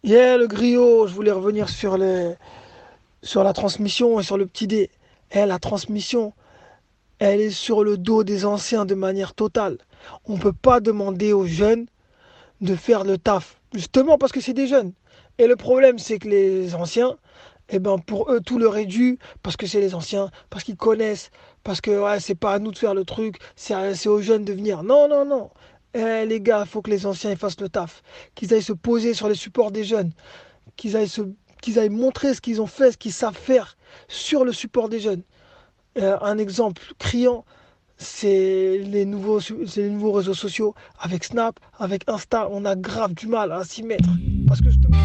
Yeah, le griot, je voulais revenir sur la transmission et sur le petit dé. La transmission, elle est sur le dos des anciens de manière totale. On ne peut pas demander aux jeunes de faire le taf, justement parce que c'est des jeunes. Et le problème, c'est que les anciens, eh ben, pour eux, tout leur est dû, parce que c'est les anciens, parce qu'ils connaissent, parce que ouais, c'est pas à nous de faire le truc, c'est aux jeunes de venir. Non, non, non. Les gars, il faut que les anciens ils fassent le taf, qu'ils aillent se poser sur les supports des jeunes, qu'ils aillent, se, qu'ils aillent montrer ce qu'ils ont fait, ce qu'ils savent faire sur le support des jeunes. Un exemple criant, c'est les nouveaux réseaux sociaux. Avec Snap, avec Insta, on a grave du mal à s'y mettre. Parce que justement...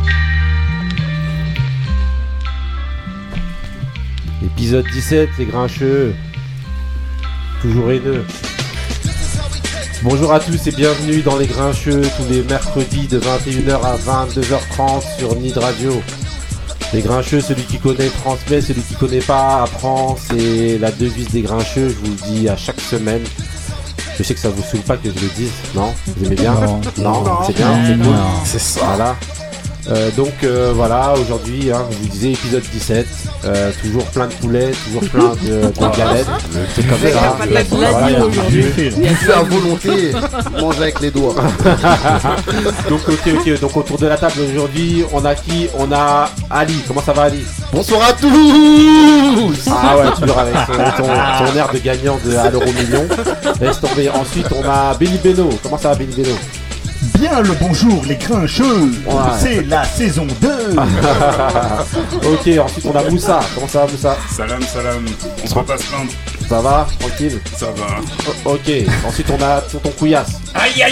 Épisode 17, les grincheux. Toujours haineux. Bonjour à tous et bienvenue dans les grincheux tous les mercredis de 21h à 22h30 sur Nid Radio. Les grincheux, celui qui connaît transmet, celui qui connaît pas apprend, c'est la devise des grincheux, je vous le dis à chaque semaine. Je sais que ça vous saoule pas que je le dise, non? Vous aimez bien? Non, c'est bien, c'est cool. C'est ça. Voilà. Voilà, aujourd'hui, je vous disais épisode 17, toujours plein de poulets, toujours plein de galettes, c'est comme ça. On fait à volonté, mange avec les doigts. Donc ok, donc autour de la table aujourd'hui, on a qui? On a Ali, comment ça va Ali? Bonsoir à tous. Ah ouais, toujours avec son air de gagnant à l'euro million. Laisse tomber. Ensuite on a Benny Beno, comment ça va Benny Beno? Bien le bonjour les grincheux, c'est la saison 2. Ok, ensuite on a Moussa, comment ça va Moussa? Salam, on peut pas se plaindre. Ça va? Tranquille? Ça va. Ok, ensuite on a Tonton Couillasse. Aïe.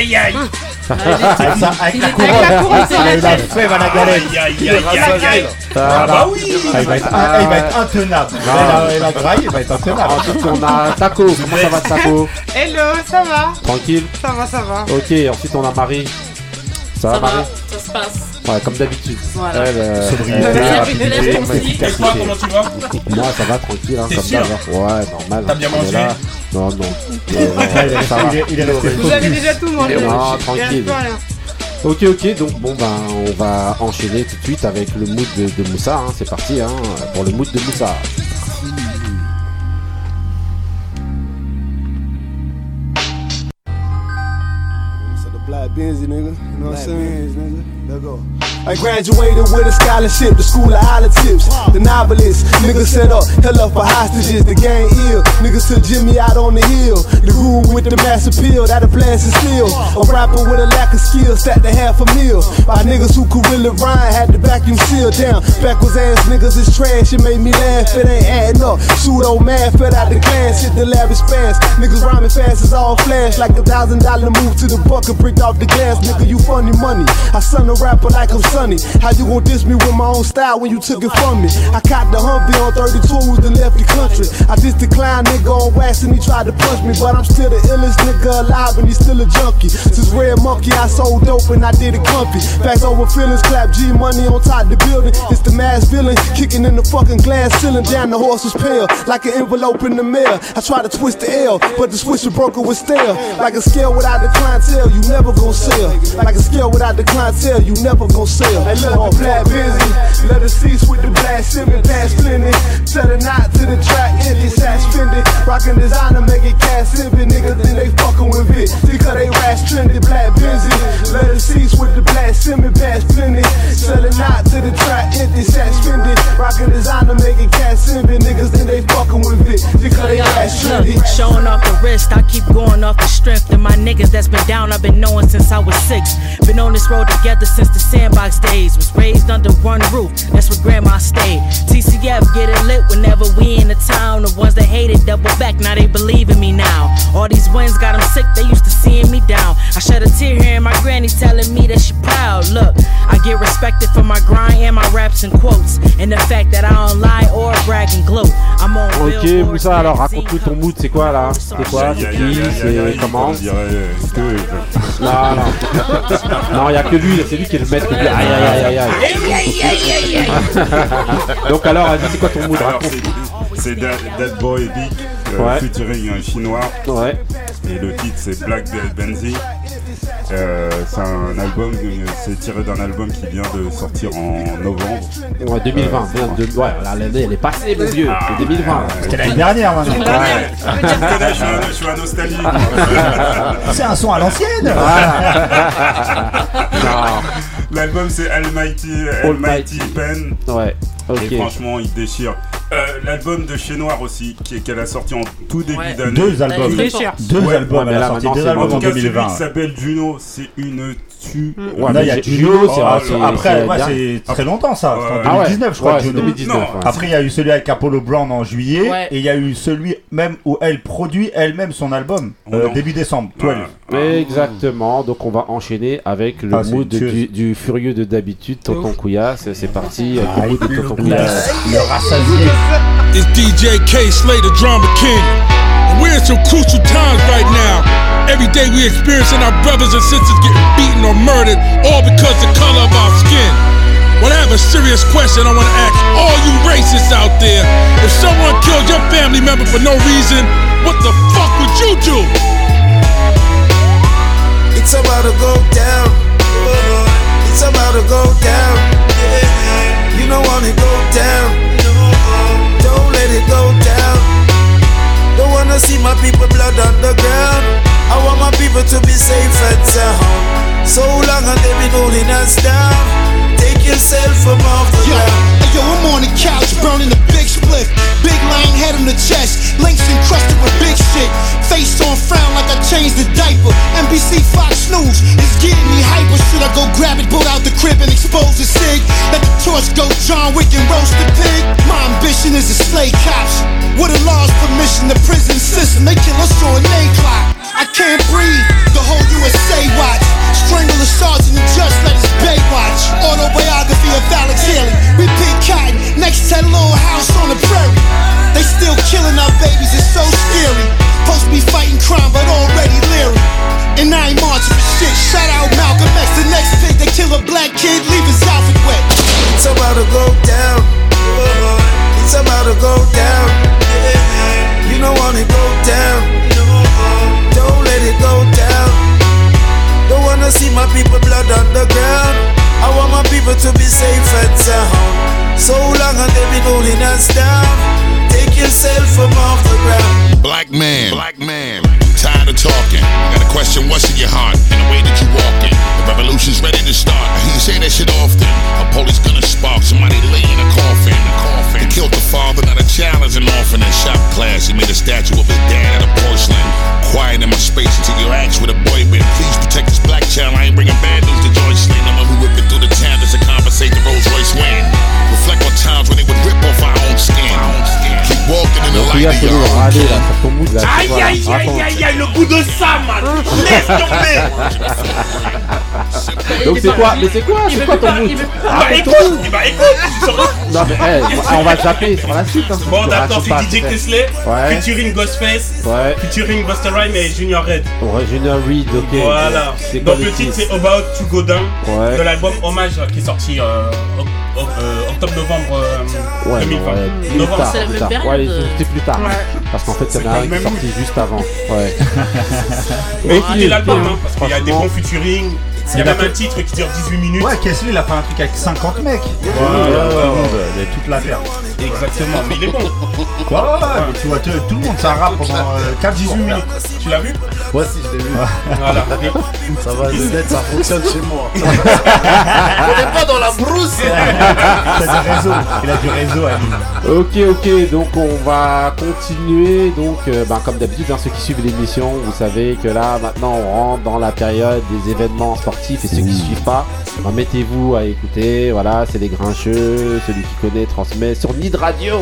Avec la couronne, il a eu la fève à la galette. Aïe. Ah bah oui. Il va être intenable. Il a graillé, il va être intenable. Ensuite on a Taco, comment ça va Taco? Hello, ça va? Tranquille? Ça va. Ok, ensuite on a Marie. Ça va Marie? Ça se passe. Ouais, comme d'habitude. Voilà. Sobriété, Et toi, comment tu vas? Moi ça va tranquille, T'es comme sûr? d'hab. Ouais, normal. T'as bien on est mangé? là. Non. Ça va. Il est resté Vous avez déjà tout mangé. Non, tranquille. Ok, donc bon on va enchaîner tout de suite avec le mood de Moussa, c'est parti pour le mood de Moussa. Black Benzie, nigga. You know what I'm saying? Nigga. Let go. I graduated with a scholarship, the school of island tips. The novelist, niggas set up, held up for hostages, the gang ill. Niggas took Jimmy out on the hill. The guru with the mass appeal, that a blast is still. A rapper with a lack of skill, stacked to half a meal. By niggas who could really rhyme, had the vacuum sealed down. Backwards ass niggas is trash, it made me laugh, it ain't adding up. Pseudo math, fed out the class, hit the lavish fast. Niggas rhyming fast, it's all flash, like $1,000 move to the bucket, bricked off the glass. Nigga, you funny money. I son a rapper like I'm Sunny. How you gon' diss me with my own style when you took it from me? I caught the Humvee on 32s and left the country. I just declined nigga on wax and he tried to punch me, but I'm still the illest nigga alive and he's still a junkie. Since Red Monkey I sold dope and I did it comfy. Facts over feelings, clap G money on top the building. It's the mass villain kicking in the fucking glass ceiling. Down the horse was pale like an envelope in the mail. I tried to twist the L, but the switcher broker was stale. Like a scale without the clientele, you never gon' sell. Like a scale without the clientele, you never gon' sell. Hey, look, on Black Benzie, let her cease with the blast, Simmons, pass splendid. Tell her not to the track, empty, sash spending. Rockin' designer, make it cash simping. Niggas think they fuckin' with it, because they rash trended. Black Benzie, let her cease with the blast, Simmons, pass splendid. Tell her not to the track, empty, sash spending. Rockin' designer, make it cash simping. Niggas think they fuckin' with it, because they rash trended. Showing off the wrist, I keep going off the strength of my niggas that's been down, I've been knowing since I was 6. Been on this road together since the sandbox days. Was raised under one roof, that's where grandma stayed. TCF get it lit whenever we in the town. The ones that hated double back, now they believe in me now. All these wins got them sick, they used to seeing me down. I shed a tear hearing my granny telling me that she proud. Look, I get respected for my grind and my raps and quotes, and the fact that I don't lie or brag and gloat. I'm on Ok Moussa, alors raconte-nous ton mood, c'est quoi là? C'est quoi? C'est qui? C'est comment? Non, y'a que lui, c'est lui qui est le maître. Aïe. Donc alors, vas-y, c'est quoi ton mood? Raconte. C'est Dead Boy Big, featuring un chinois. Ouais. Et le titre c'est Black Benzie. C'est un album, c'est tiré d'un album qui vient de sortir en novembre. Ouais, 2020. Ouais, l'année elle est passée, mon vieux. C'est 2020. C'était l'année dernière, maintenant. Je suis à nostalgie. C'est un son à l'ancienne. L'album c'est Almighty Pen. Ouais, ok. Et franchement, il déchire. L'album de Chez Noir aussi, qu'elle a sorti en tout début d'année. Deux albums. Ouais, Albums, mais elle là, a sorti maintenant, deux c'est albums En tout en cas, celui 2020. qui s'appelle Juno, c'est une tue. Ouais, Là, il y a Juno, c'est après, c'est très longtemps ça, c'est en 2019 je crois, ouais, Juno. 2019. Non. Ouais. Après, il y a eu celui avec Apollo Brown en juillet, Ouais. et il y a eu celui même où elle produit elle-même son album, Non. début décembre, 12. Exactement, donc on va enchaîner avec le c'est mood une tueuse. du furieux de d'habitude, Tonton Couillasse. C'est parti avec le mood de Tonton Couillasse. Le rassasié. It's DJ K. Slay, the drama king. And we're in some crucial times right now. Every day we experiencing our brothers and sisters getting beaten or murdered, all because the color of our skin. Well, I have a serious question I want to ask all you racists out there. If someone killed your family member for no reason, what the fuck would you do? It's about to go down. It's about to go down. You don't want it go down. Don't let it go down. Don't wanna see my people blood on the ground. I want my people to be safe and sound. So long and they've been holding us down. Take yourself from off the ground. Yo, I'm on the couch burning a big split. Big line head on the chest, links encrusted with big shit. Face on frown like I changed the diaper. NBC Fox News is getting me hyper. Should I go grab it, bolt out the crib and expose the sig? Let the torch go John Wick and roast the pig. My ambition is to slay cops. With a law's permission, the prison system, they kill us on a clock. I can't breathe, the whole USA watch. Strangle a sergeant and just let his bay watch. Autobiography of Alex Haley. We pick cotton next to that little house on the prairie. They still killing our babies, it's so scary. Supposed to be fighting crime, but already leery. And I ain't marching for shit. Shout out Malcolm X, the next pig. They kill a black kid, leave his outfit wet. It's about to go down. It's about to go down. You don't want it go down. Don't let it go down. Don't wanna see my people blood on the ground. I want my people to be safe and sound. So long and they've been holding us down. Take yourself from off the ground. Black man, tired of talking. I got a question, what's in your heart and the way that you walking? The revolution's ready to start. I hear you say that shit often. A police gonna spark, somebody lay in a coffin. They killed the father, not a child as an orphan in shop class. He made a statue of his dad out of porcelain. Quiet in my space until you ask where the boy been. Please protect this black child. I ain't bringing bad news to George Slade. I'm who whipping through the town just to compensate the Rolls Royce win. Reflect on times when they would rip off our own skin. Keep walking in the light of your own Allez kin. là, sur ton mood là. Aïe aïe aïe aïe aïe, le goût de ça, man. Laisse tomber. Donc c'est quoi? Mais c'est quoi? C'est quoi ton mood? Bah écoute. Non mais on va zapper sur la suite. Hein. Bon d'accord, c'est DJ Kesley, Ouais. featuring Ghostface, Ouais. featuring Busta Rhymes et Junior Red. Junior Reed, ok. Voilà. C'est quoi Donc le titre c'est About to Go Down Ouais. de l'album Hommage qui est sorti octobre-novembre Ouais, 2020. non, ouais, plus Novembre. tard, C'est la plus même tard. période. Ouais, c'était plus tard. Ouais. Parce qu'en fait, il y en C'est a pas un le qui est même sorti juste avant. Ouais. Écoutez l'album, hein, parce qu'il y a des franchement, bons featuring. Il y a même un titre qui dure 18 minutes. Ouais, Kesley, il a fait un truc avec 50 mecs. Ouais, Il y a toute l'affaire. Exactement, mais il est bon. Ouais, mais tu vois, tout le monde, ça rappe pendant 4 jours. 18 minutes. Tu l'as vu? Moi aussi, je l'ai vu. Voilà. Ça va, le net, ça fonctionne chez moi. On est pas dans la brousse. Il a du réseau, Amine. Ok, donc on va continuer. Donc, comme d'habitude, ceux qui suivent l'émission, vous savez que là, maintenant, on rentre dans la période des événements sportifs. Et ceux qui suivent pas, mettez-vous à écouter. Voilà, c'est les grincheux. Celui qui connaît transmet sur Nid Radio.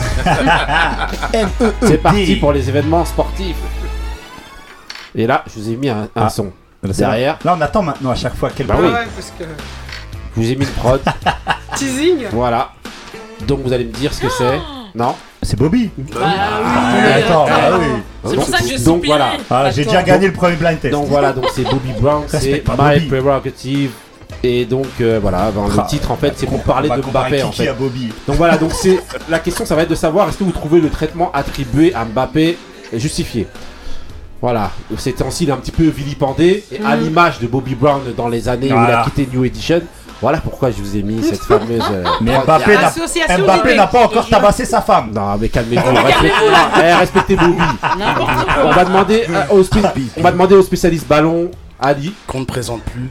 C'est parti pour les événements sportifs. Et là, je vous ai mis un son derrière. Là, on attend maintenant à chaque fois quel oui. Ouais, parce que. Je vous ai mis le prod. Teasing. Voilà. Donc vous allez me dire ce que c'est. Non? C'est Bobby. Attends, oui. c'est pour ça que j'ai Donc soupiré. voilà. Ah, j'ai déjà gagné le premier blind test. Donc voilà, donc c'est Bobby Brown, c'est Respecte pas My Bobby. Prerogative. Et donc voilà, dans le titre en fait, c'est pour parler de Mbappé en fait. À Bobby. Donc voilà, donc c'est la question, ça va être de savoir est-ce que vous trouvez le traitement attribué à Mbappé justifié. Voilà, ces temps-ci il est un petit peu vilipendé, et à l'image de Bobby Brown dans les années où il a quitté New Edition. Voilà pourquoi je vous ai mis cette fameuse. Mais Mbappé n'a pas encore tabassé sa femme. Non, mais calmez-vous. Respectez Bobby. On va demander au spécialiste ballon. Ali. Qu'on ne présente plus.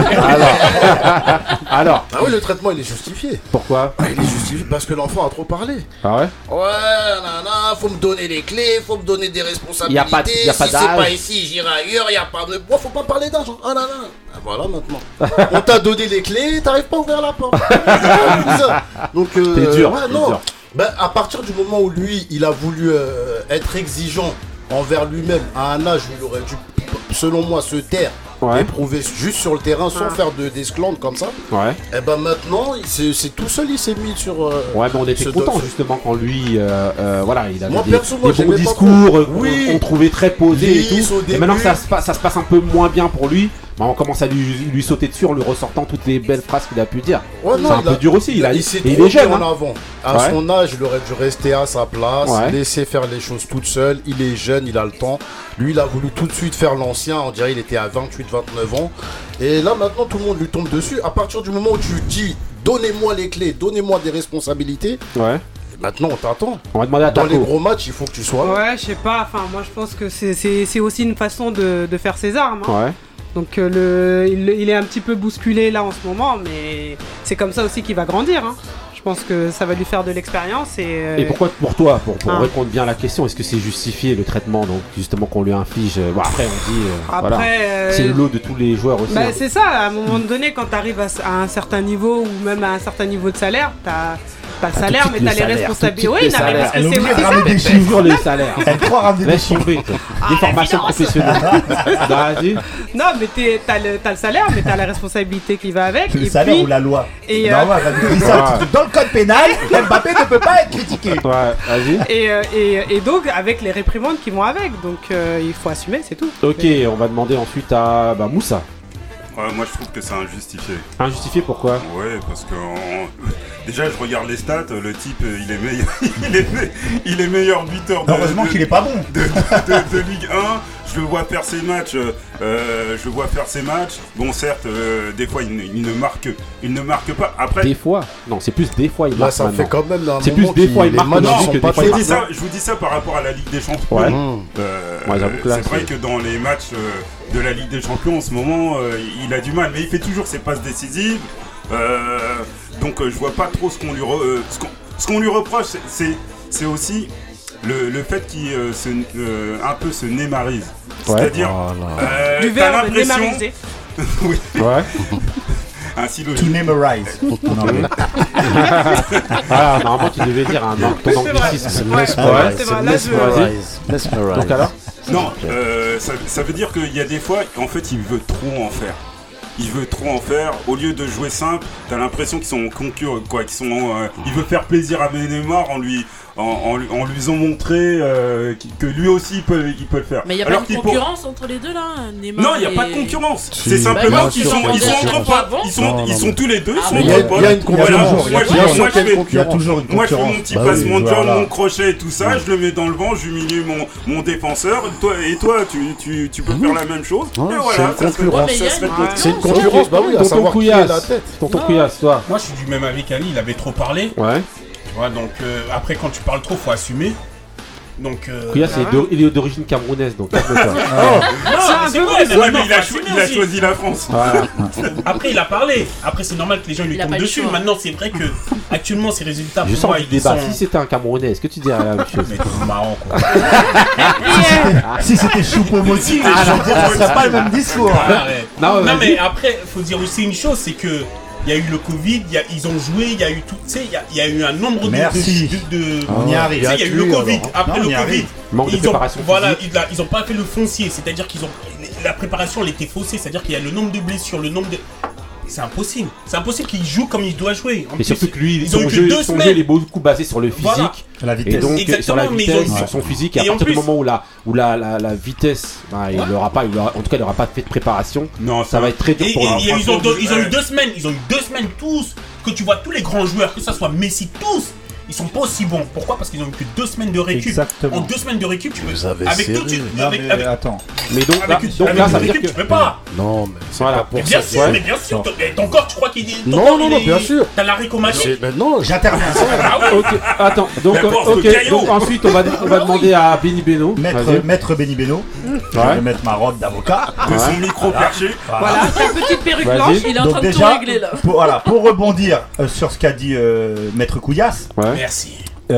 Alors. Ah oui, le traitement il est justifié. Pourquoi? Il est justifié parce que l'enfant a trop parlé. Ah ouais? Ouais, faut me donner les clés, faut me donner des responsabilités. Y a pas si d'âge. c'est pas ici, j'irai ailleurs, y a pas de. Faut pas parler d'âge. Ah non. Voilà maintenant. On t'a donné les clés, t'arrives pas à ouvrir la porte. Donc, t'es dur. Ouais, non. Ben, à partir du moment où lui, il a voulu être exigeant envers lui-même à un âge où il aurait dû, selon moi, se taire et prouver juste sur le terrain sans faire d'esclandre comme ça. Ouais. Et ben maintenant, c'est tout seul, il s'est mis sur. Ouais, mais on était content justement quand lui, voilà, il avait moi, des bons discours, on trouvait très posé et tout. Et maintenant que ça se passe un peu moins bien pour lui. Bah on commence à lui sauter dessus en lui ressortant toutes les belles phrases qu'il a pu dire. Ouais, c'est un peu dur aussi, il est jeune. En avant. À son âge, il aurait dû rester à sa place, laisser faire les choses toute seule. Il est jeune, il a le temps. Lui, il a voulu tout de suite faire l'ancien. On dirait qu'il était à 28-29 ans. Et là, maintenant, tout le monde lui tombe dessus. À partir du moment où tu dis, donnez-moi les clés, donnez-moi des responsabilités. Ouais. Maintenant, on t'attend. On va demander à Dans les gros matchs, il faut que tu sois là. Ouais, je sais pas. Enfin, moi, je pense que c'est aussi une façon de faire ses armes. Hein. Ouais. Donc il est un petit peu bousculé là en ce moment, mais c'est comme ça aussi qu'il va grandir. Hein. Je pense que ça va lui faire de l'expérience. Et pourquoi pour toi, pour répondre bien à la question, est-ce que c'est justifié le traitement donc justement qu'on lui inflige bon, après on dit voilà, c'est le lot de tous les joueurs aussi. Bah, hein. C'est ça, à un moment donné quand tu arrives à un certain niveau ou même à un certain niveau de salaire, t'as le salaire, mais t'as les responsabilités. Oui, c'est aussi toujours les salaires. Elle croit ramener des chiffres. Des formations professionnelles. Non, mais t'as le salaire, mais t'as la responsabilité qui va avec. Le salaire ou la loi. Dans le code pénal, Mbappé ne peut pas être critiqué. Ouais, vas-y. Et donc, avec les réprimandes qui vont avec. Donc, il faut assumer, c'est tout. Ok, on va demander ensuite à Moussa. Moi je trouve que c'est injustifié. Injustifié pourquoi? Ouais, parce que déjà je regarde les stats, le type il est meilleur, il est meilleur buteur. Heureusement qu'il est pas bon. De Ligue 1. Je le vois faire ses matchs. Bon, certes, des fois il ne marque pas. Après. Des fois. Non, c'est plus des fois il marque. Ça fait quand même. C'est plus des fois il marque. Je vous dis ça par rapport à la Ligue des Champions. Ouais. C'est vrai que dans les matchs de la Ligue des Champions en ce moment, il a du mal, mais il fait toujours ses passes décisives. Donc je vois pas trop ce qu'on lui reproche. C'est aussi le fait qu'il un peu se némarise. C'est-à-dire du verbe némariser. Oui. Ouais. Ainsi to memorize. Ah, normalement tu devais dire ton anglicisme. Mesmerize. Donc alors? Non, ça veut dire qu'il y a des fois, en fait, il veut trop en faire. Il veut trop en faire. Au lieu de jouer simple, t'as l'impression qu'ils sont concurrents, quoi. Il veut faire plaisir à Neymar en lui montré que lui aussi il peut le faire. Mais il n'y a pas de concurrence entre les deux là, Neymar. Non, il n'y a pas de concurrence. C'est simplement qu'ils sont entre potes. Ils sont tous les deux. Il y a une concurrence. Il y a toujours une concurrence. Moi je fais mon petit passement de jambe, mon crochet et tout ça, je le mets dans le vent, j'humilie mon défenseur. Et toi tu peux faire la même chose. Et voilà, c'est une concurrence. Bah oui, à savoir qui est la tête. Tonton Couillasse, toi. Moi je suis du même avis qu'Ali, il avait trop parlé. Ouais. Ouais, donc après quand tu parles trop, faut assumer. Donc Couillasse, il est d'origine camerounaise, donc calme-toi. c'est vrai, mais il a choisi la France. Voilà. Après il a parlé. Après c'est normal que les gens lui tombent dessus. Maintenant c'est vrai que actuellement ses résultats pour moi ils débat. Si c'était un Camerounais, est-ce que tu dirais la même chose? Mais c'est marrant quoi. Si c'était Choupo-Moting, ça serait pas le même discours. Non mais après faut dire aussi une chose, c'est que il y a eu le Covid, ils ont joué, il y a eu tout, tu sais, il y a eu un nombre de on y arrive. Il y a eu le Covid. Après le Covid, manque de préparation. Voilà, ils ont pas fait le foncier, c'est-à-dire la préparation elle était faussée, c'est-à-dire qu'il y a le nombre de blessures, le nombre de c'est impossible. C'est impossible qu'il joue comme il doit jouer. Et surtout que lui, son jeu il est beaucoup basé sur le physique. La vitesse. Et donc sur la vitesse, sur son physique. Et à partir du moment où la vitesse, il n'aura pas, en tout cas il n'aura pas fait de préparation. Non, ça va être très dur pour lui. Ils ont eu 2 semaines. Ils ont eu 2 semaines tous. Que tu vois tous les grands joueurs, que ça soit Messi, tous. ils sont pas aussi bons. Pourquoi? Parce qu'ils ont eu que 2 semaines de récup. Exactement. En 2 semaines de récup, tu peux. Vous avez Avec serré. tout, Attends. Mais donc avec là, ça veut dire récup, que. tu peux pas. Non, mais c'est Voilà. pas pour Mais bien ça. sûr, Ouais. mais bien sûr. Ton corps, tu crois qu'il est. Non, bien sûr. T'as l'haricomanie. Mais non, J'interviens. Ah oui. Ok, attends, donc, donc ensuite on va demander à Benny Beno. Maître Benny Beno. Je vais mettre ma robe d'avocat. De son micro perché. Voilà, sa petite perruque Vas-y. blanche, il est en Donc train de tout déjà, régler là. pour rebondir sur ce qu'a dit Maître Couillasse, Merci.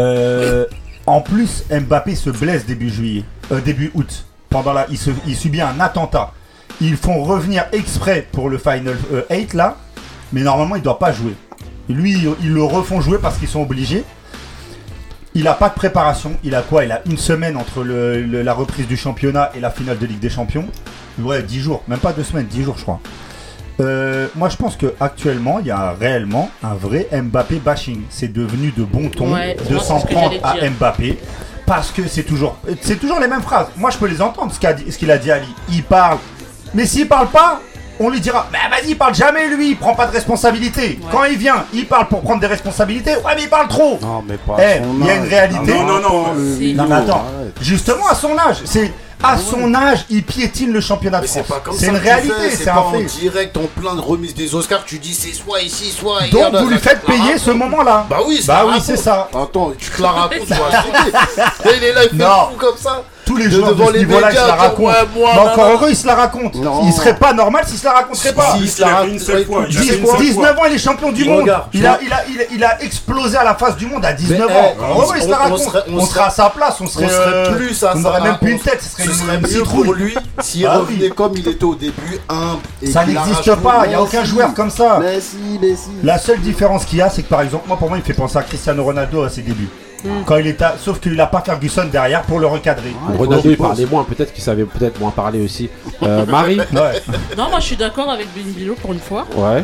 en plus Mbappé se blesse début août. Il subit un attentat. Ils font revenir exprès pour le Final 8 là, mais normalement il doit pas jouer. Lui, ils le refont jouer parce qu'ils sont obligés. Il a pas de préparation. Il a quoi? Il a une semaine entre la reprise du championnat et la finale de Ligue des Champions. Ouais, 10 jours, même pas 2 semaines, 10 jours je crois. Moi je pense qu'actuellement il y a réellement un vrai Mbappé bashing. C'est devenu de bon ton de s'en prendre à Mbappé parce que c'est toujours les mêmes phrases. Moi je peux les entendre ce qu'il a dit Ali. Il parle, mais s'il parle pas, on lui dira bah vas-y, il parle jamais lui, il prend pas de responsabilité. Quand il vient, il parle pour prendre des responsabilités. Ouais mais il parle trop. Non mais pas. Il y a une réalité. Non. Non mais attends, justement à son âge, son âge, il piétine le championnat de France. C'est une réalité, c'est un fait. En direct, en plein de remise des Oscars, tu dis c'est soit ici, soit ailleurs. Donc vous lui faites payer ce moment-là. Bah oui, c'est ça. Attends, tu te la racontes, tu vas il est là, il fait fou comme ça. Tous les joueurs de ce niveau-là, ils se la racontent. Mais encore heureux, ils se la racontent. Il serait pas normal s'il se la raconterait pas. Il se la raconte une seule fois. 19 ans, il est champion du monde. Il a explosé à la face du monde à 19 ans. Heureux, il se la raconte. On serait à sa place, on serait plus à on n'aurait même plus une tête. Ce serait mieux pour lui s'il revenait comme il était au début, humble. Ça n'existe pas, il n'y a aucun joueur comme ça. Mais si. La seule différence qu'il y a, c'est que par exemple, pour moi, il me fait penser à Cristiano Ronaldo à ses débuts. Quand il était, sauf qu'il n'a pas Ferguson derrière pour le recadrer. Ronaldo il parlait moins, peut-être qu'il savait peut-être moins parler aussi. Marie. Non, moi je suis d'accord avec Benny Beno pour une fois. Ouais.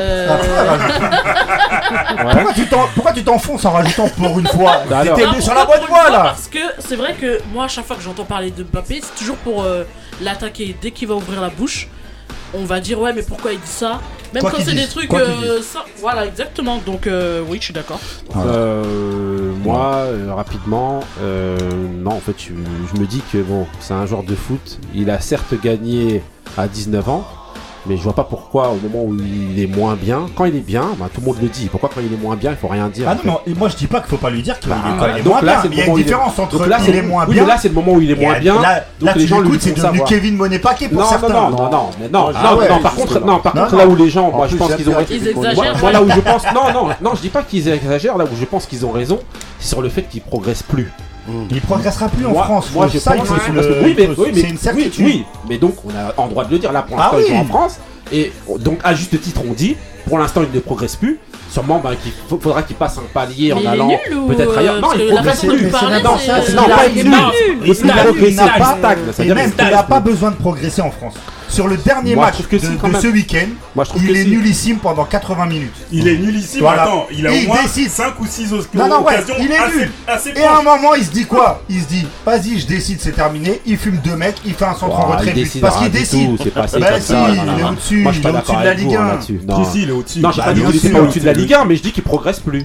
Pourquoi tu t'enfonces en rajoutant pour une fois? T'étais sur la bonne voie là. Parce que c'est vrai que moi, à chaque fois que j'entends parler de Mbappé, c'est toujours pour l'attaquer. Dès qu'il va ouvrir la bouche, on va dire ouais, mais pourquoi il dit ça? Même quand c'est des trucs ça, voilà, exactement. Donc oui, je suis d'accord. Moi, rapidement, non, en fait, je me dis que bon, c'est un joueur de foot. Il a certes gagné à 19 ans, mais je vois pas pourquoi au moment où il est moins bien. Quand il est bien, bah, tout le monde le dit. Pourquoi quand il est moins bien, il faut rien dire? Ah non, et moi je dis pas qu'il faut pas lui dire qu'il est moins donc là, bien. Il y a une différence entre il est moins bien. Là, c'est le moment où il est moins bien. Là, les gens lui c'est devenu Kevin Monet-Paquet pour certains. Non. Par contre, là où les gens, moi je pense qu'ils ont moi là où je pense, non, je dis pas qu'ils exagèrent. Là où je pense qu'ils ont raison, c'est sur le fait qu'ils progressent plus. Il progressera plus en France. Moi, je pense c'est une certitude. Oui, mais donc on a en droit de le dire. Là, pour l'instant, ils sont en France. Et donc, à juste titre, on dit, pour l'instant, il ne progresse plus. Sûrement, qu'il faudra qu'il passe un palier en allant peut-être ailleurs. Non, il progresse plus. Il n'a pas besoin de progresser en France. Sur le dernier match de ce week-end, il est nullissime pendant 80 minutes. Il est nullissime, attends, il a au moins 5 ou 6 occasions il est nul. Et à un moment, il se dit quoi? Il se dit, vas-y, je décide, c'est terminé. Il fume 2 mecs, il fait un centre en retrait. Parce qu'il décide. Bah si, il est au-dessus de la Ligue 1. Si, il est au-dessus. Non, j'ai pas dit qu'il était pas au-dessus de la Ligue 1, mais je dis qu'il progresse plus.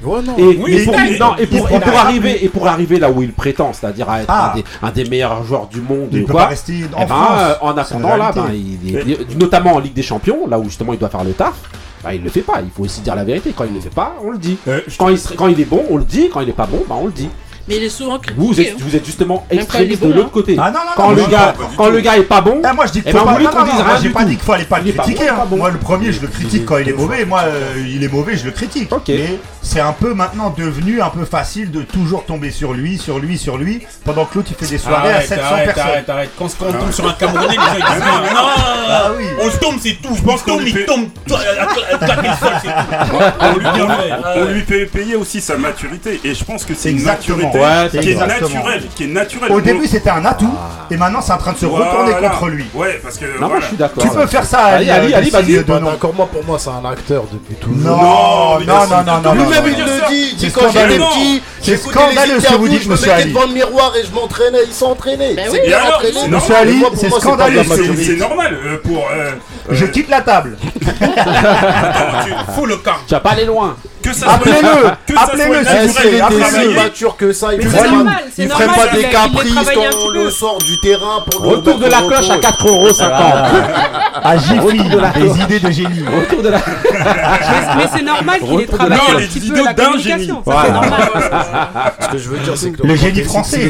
Et pour arriver là où il prétend, c'est-à-dire à être un des meilleurs joueurs du monde, il peut pas rester en France. En attendant là, notamment en Ligue des Champions, là où justement il doit faire le taf, il le fait pas. Il faut aussi dire la vérité. Quand il le fait pas, on le dit. Quand il est bon, on le dit. Quand il est pas bon, on le dit. Mais il est souvent critiqué. Vous êtes justement extrémiste de l'autre côté. Ah non, quand le gars est pas bon, moi je dis qu'il faut pas. J'ai pas dit qu'il fallait pas le critiquer. Moi le premier, je le critique quand il est mauvais. Moi, il est mauvais, je le critique. Mais c'est un peu maintenant devenu un peu facile de toujours tomber sur lui, pendant que l'autre il fait des soirées à 700 personnes. Arrête. Quand on tombe sur un Camerounais, les gens ils disent non. On se tombe, c'est tout. Je pense qu'on il tombe à claquer le sol, c'est tout. On lui fait payer aussi sa maturité. Et je pense que c'est une exactement. Qui est naturel. Au début c'était un atout et maintenant c'est en train de se retourner contre lui. Ouais, parce que moi je suis d'accord. Tu peux faire ça, Ali, vas-y. D'accord, pour moi c'est un acteur depuis toujours. Non. Lui-même il le dit. Il dit quand j'étais petit, c'est scandaleux ce que vous dites, monsieur Ali. Je me mettais devant le miroir et je m'entraînais. Il s'entraînait. C'est bien entraîné. Monsieur Ali, c'est scandaleux. C'est normal pour. Je quitte la table. Attends, faut le camp. Tu vas pas aller loin. Que Appelez-le s'il si mature que ça, il ferait pas des caprices quand on le sort du terrain pour le retour de la cloche à 4,50€. À Jiffy, des idées de génie. Retour de la. Mais c'est normal qu'il ait travaillé un petit peu la communication. C'est normal. Ce que je veux dire, c'est que le génie français,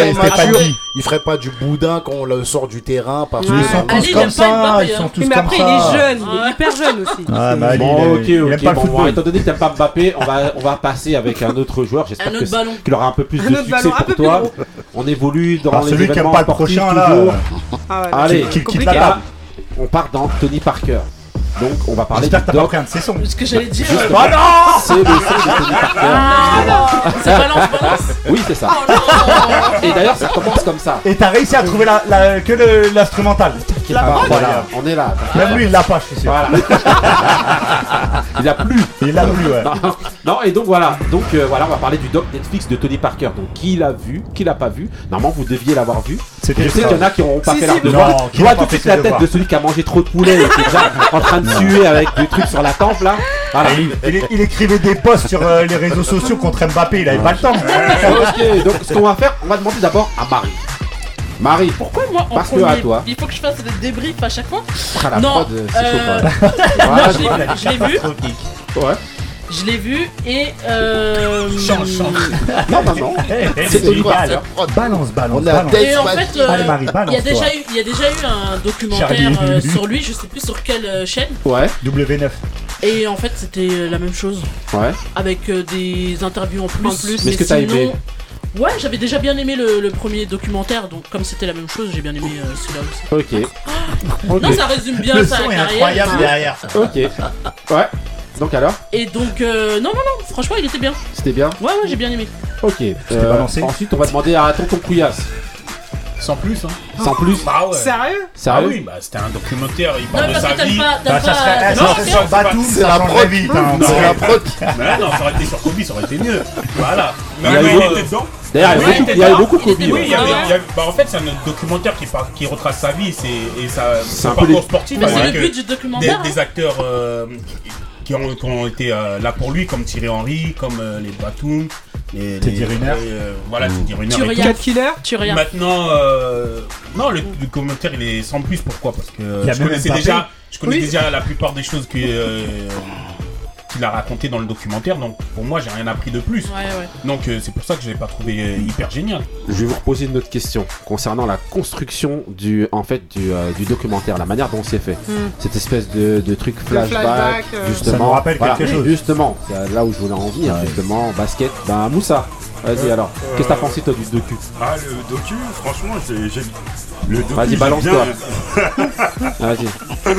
il ferait pas du boudin quand on le sort du terrain parce qu'ils sont tous comme ça, ils sont tous comme ça. Mais après, il est jeune, il est hyper jeune aussi. Bon, ok. Bon, étant donné que t'aimes pas Mbappé, on va passer avec un autre joueur. J'espère qu'il aura un peu plus de succès pour toi. On évolue dans les celui qui aime pas le prochain là. Allez, qui quitte la table. On part dans Tony Parker. Donc on va parler de Doc. Un de ses sons. Ce que j'allais dire. Ah non, c'est le son de Tony Parker. Ah non, c'est balance. Oui, c'est ça. Et d'ailleurs, ça commence comme ça. Et t'as réussi à trouver que l'instrumental. Voilà, on est là. Même lui, il l'a pas, je suis sûr. Voilà. Il a plu. Ouais. Non, et donc voilà. Donc voilà, on va parler du doc Netflix de Tony Parker. Donc qui l'a vu, qui l'a pas vu. Normalement, vous deviez l'avoir vu. Je sais qu'il y en a qui n'auront pas fait leur devoir. Je vois tout de suite la tête de celui qui a mangé trop de poulet et qui est déjà en train de suer avec des trucs sur la tempe là. Voilà. Il écrivait des posts sur les réseaux sociaux contre Mbappé, il avait pas le temps. Ok, donc ce qu'on va faire, on va demander d'abord à Marie. Pourquoi moi en Parce premier, que à toi. Il faut que je fasse des débriefs à chaque fois. La non, prod, c'est chaud quand même. Je l'ai vu. Ouais. Je l'ai vu et Change. Non. C'est Tony Parker. Balance. Et en fait, allez Marie, balance. Il y a déjà eu un documentaire sur lui, je sais plus sur quelle chaîne. Ouais. W9. Et en fait, c'était la même chose. Ouais. Avec des interviews en plus. Mais est-ce que t'as aimé? Ouais, j'avais déjà bien aimé le premier documentaire, donc comme c'était la même chose, j'ai bien aimé celui-là aussi. Ok. Non, ça résume bien sa carrière. Incroyable derrière. Ok. Ouais. Donc alors? Et donc, non, franchement, il était bien. C'était bien? Ouais, j'ai bien aimé. Ok. Ensuite, on va demander à Tonton Couillasse. Sans plus, hein. Sans plus? Bah ouais. Sérieux? Ah oui, bah c'était un documentaire, il parle de sa vie. Ça serait sur Batum, c'est la prod vite. C'est la prod. Mais non, ça aurait été sur Kobe, ça aurait été mieux. Voilà. Il était dedans. D'ailleurs, il y avait beaucoup de Kobe. Oui, en fait, c'est un documentaire qui retrace sa vie et son un peu parcours sportif. Mais c'est le but du documentaire. Des acteurs qui ont été là pour lui, comme Thierry Henry, comme les Batum. Teddy Riner. Voilà, Teddy Riner. Cat Killer. Maintenant, non, le commentaire il est sans plus. Pourquoi? Parce que je connais déjà la plupart des choses qu'il a raconté dans le documentaire, donc pour moi j'ai rien appris de plus. Ouais. Donc c'est pour ça que je l'ai pas trouvé hyper génial. Je vais vous reposer une autre question concernant la construction du documentaire, la manière dont c'est fait. Cette espèce de truc flashback, justement. Ça me rappelle quelque chose. Justement, c'est là où je voulais en venir, justement, basket. Ben Moussa, vas-y alors, qu'est-ce que t'as pensé toi du docu? Ah, le docu, franchement, j'ai le docu. Vas-y, balance-toi. Vas-y.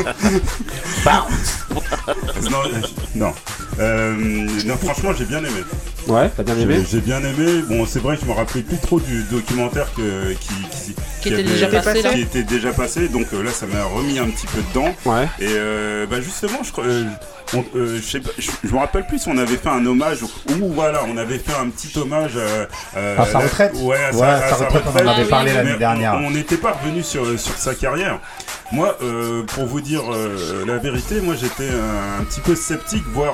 Non, franchement, j'ai bien aimé. Ouais, t'as bien aimé? J'ai bien aimé. Bon, c'est vrai que je me rappelais plus trop du documentaire qui était déjà passé. Donc là, ça m'a remis un petit peu dedans. Ouais. Et justement, je me rappelle plus si on avait fait un hommage ou voilà, on avait fait un petit hommage à sa retraite. Ouais, à sa retraite. On en avait parlé l'année dernière. On n'était pas revenu sur sa carrière. Moi, pour vous dire la vérité, moi j'étais un petit peu sceptique, voire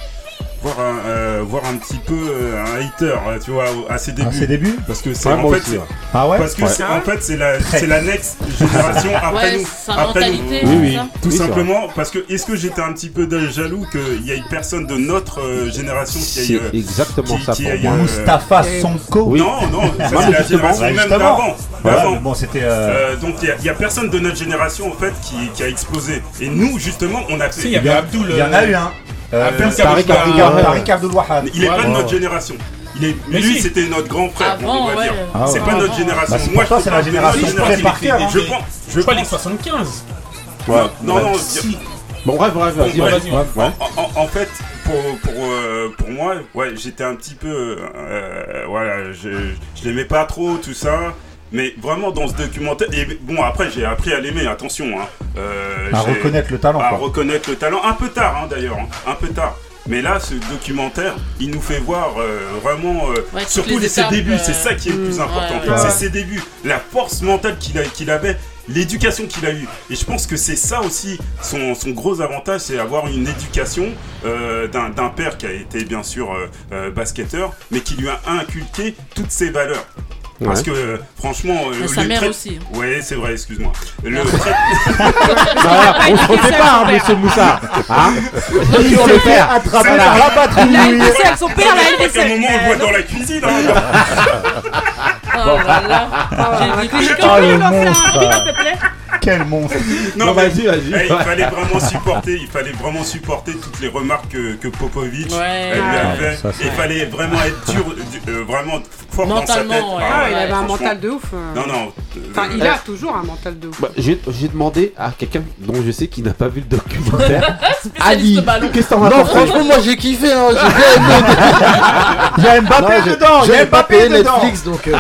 un petit peu un hater, tu vois, à ses débuts. À ses débuts? Parce que c'est en fait c'est la next génération après nous. Après nous. Oui. Tout simplement parce que est-ce que j'étais un petit peu jaloux qu'il y ait personne de notre génération qui ait exactement ça pour moi. Moustapha Sonko. Non, ça c'est la génération même d'avant. Bon, c'était donc il y a personne de notre génération en fait qui a explosé. Et nous justement on a fait. Il y avait Abdoul. Il y en a eu un. Tariq Abdul Wahab. Il est pas de notre génération. Lui, c'était notre grand frère, on va dire. C'est pas notre génération. Moi, je pense que c'est la génération Parker. Je pas les 75. Non. Bon, bref, vas-y. En fait, pour moi, ouais, j'étais un petit peu, voilà, je l'aimais pas trop, tout ça. Mais vraiment dans ce documentaire, et bon après j'ai appris à l'aimer, attention à reconnaître le talent. Reconnaître le talent, un peu tard d'ailleurs, un peu tard. Mais là ce documentaire, il nous fait voir vraiment, surtout ses débuts, c'est ça qui est le plus important. C'est ses débuts, la force mentale qu'il avait. l'éducation qu'il a eue. Et je pense que c'est ça aussi son gros avantage, c'est avoir une éducation d'un père qui a été bien sûr basketteur, mais qui lui a inculqué toutes ses valeurs. Parce que franchement, sa mère aussi. Ouais, c'est vrai, excuse-moi. On se refait pas, monsieur Moussa. Il s'est fait attraper par la patrouille. Il a une avec son père, là, il à un moment, on le voit dans la cuisine. Oh là là. Le monstre. Quel monstre. Non, vas-y. Il fallait vraiment supporter toutes les remarques que Popovic lui a fait. Il fallait vraiment être dur, vraiment fort dans sa tête. Il avait un mental de ouf. Non. Enfin, il a toujours un mental de ouf. J'ai demandé à quelqu'un dont je sais qu'il n'a pas vu le documentaire. Ali, qu'est-ce que t'en as pensé? Franchement, moi j'ai kiffé. J'ai bien aimé. Il y a Mbappé dedans. J'ai Mbappé Netflix, donc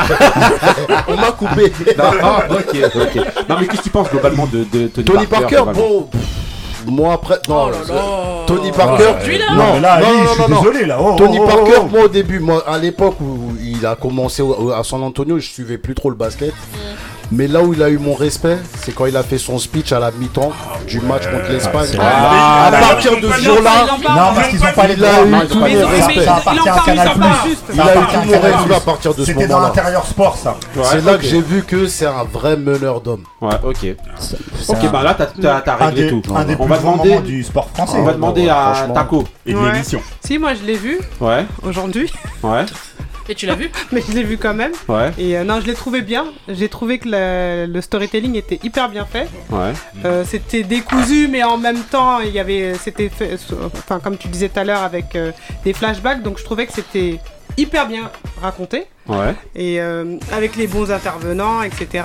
on m'a coupé. Ok. Non, mais qu'est-ce que tu penses globalement de Tony Parker? Bon, moi après, non. Tony Parker. Non, je suis désolé là. Tony Parker, moi au début, à l'époque où il a commencé à San Antonio, je suivais plus trop le basket. Mais là où il a eu mon respect, c'est quand il a fait son speech à la mi-temps du match contre l'Espagne. À partir de ce jour-là, non, parce qu'ils ont pas les il a eu tout mon respect. Ça appartient à Canal+. Il a eu tout mon respect à partir de ce moment-là. C'était dans l'intérieur sport, ça. C'est là que j'ai vu que c'est un vrai meneur d'hommes. Ouais, ok. Ok, bah là, t'as réglé tout. Un des plus grands moments du sport français. On va demander à Taco et de l'émission. Si, moi je l'ai vu. Ouais. Aujourd'hui. Ouais. Et tu l'as vu? Mais je l'ai vu quand même. Ouais. Et non, je l'ai trouvé bien. J'ai trouvé que le storytelling était hyper bien fait. Ouais. C'était décousu, mais en même temps, c'était fait, enfin comme tu disais tout à l'heure, avec des flashbacks. Donc je trouvais que c'était hyper bien raconté. Ouais. Et avec les bons intervenants, etc.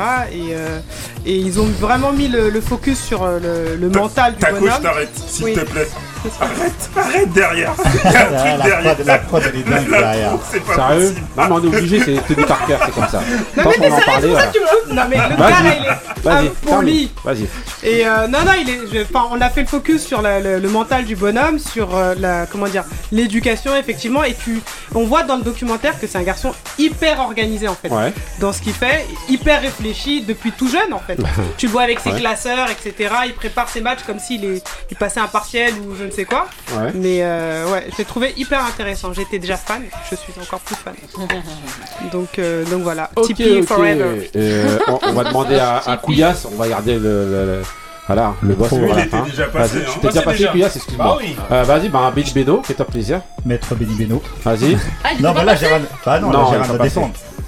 Et ils ont vraiment mis le focus sur le mental du bonhomme. Ta gauche t'arrête, s'il te plaît. Arrête derrière. Il y a un truc derrière. La prod elle est dingue derrière. C'est pas sérieux? possible. Non, mais on est obligé, c'est Tony Parker, c'est comme ça. Non, mais t'es sérieux, c'est ça que tu me... Non, mais le gars là, il est impoli. Vas-y. Et non, on a fait le focus sur le mental du bonhomme, sur l'éducation, effectivement. Et on voit dans le documentaire que c'est un garçon hyper organisé, en fait. Ouais. Dans ce qu'il fait, hyper réfléchi depuis tout jeune, en fait. Tu le vois avec ses classeurs, etc. Il prépare ses matchs comme s'il passait un partiel ou je ne sais quoi. Ouais. Mais je l'ai trouvé hyper intéressant. J'étais déjà fan, je suis encore plus fan. Donc voilà. Okay, Tipeee forever. On va demander à Couillasse, on va garder voilà, le boss. Il était déjà passé. T'es déjà passé, Couillasse, excuse-moi. Vas-y, Benny Beno, fais-toi plaisir. Maître Benny Beno. Vas-y. Non, bah là, j'ai rien à défendre.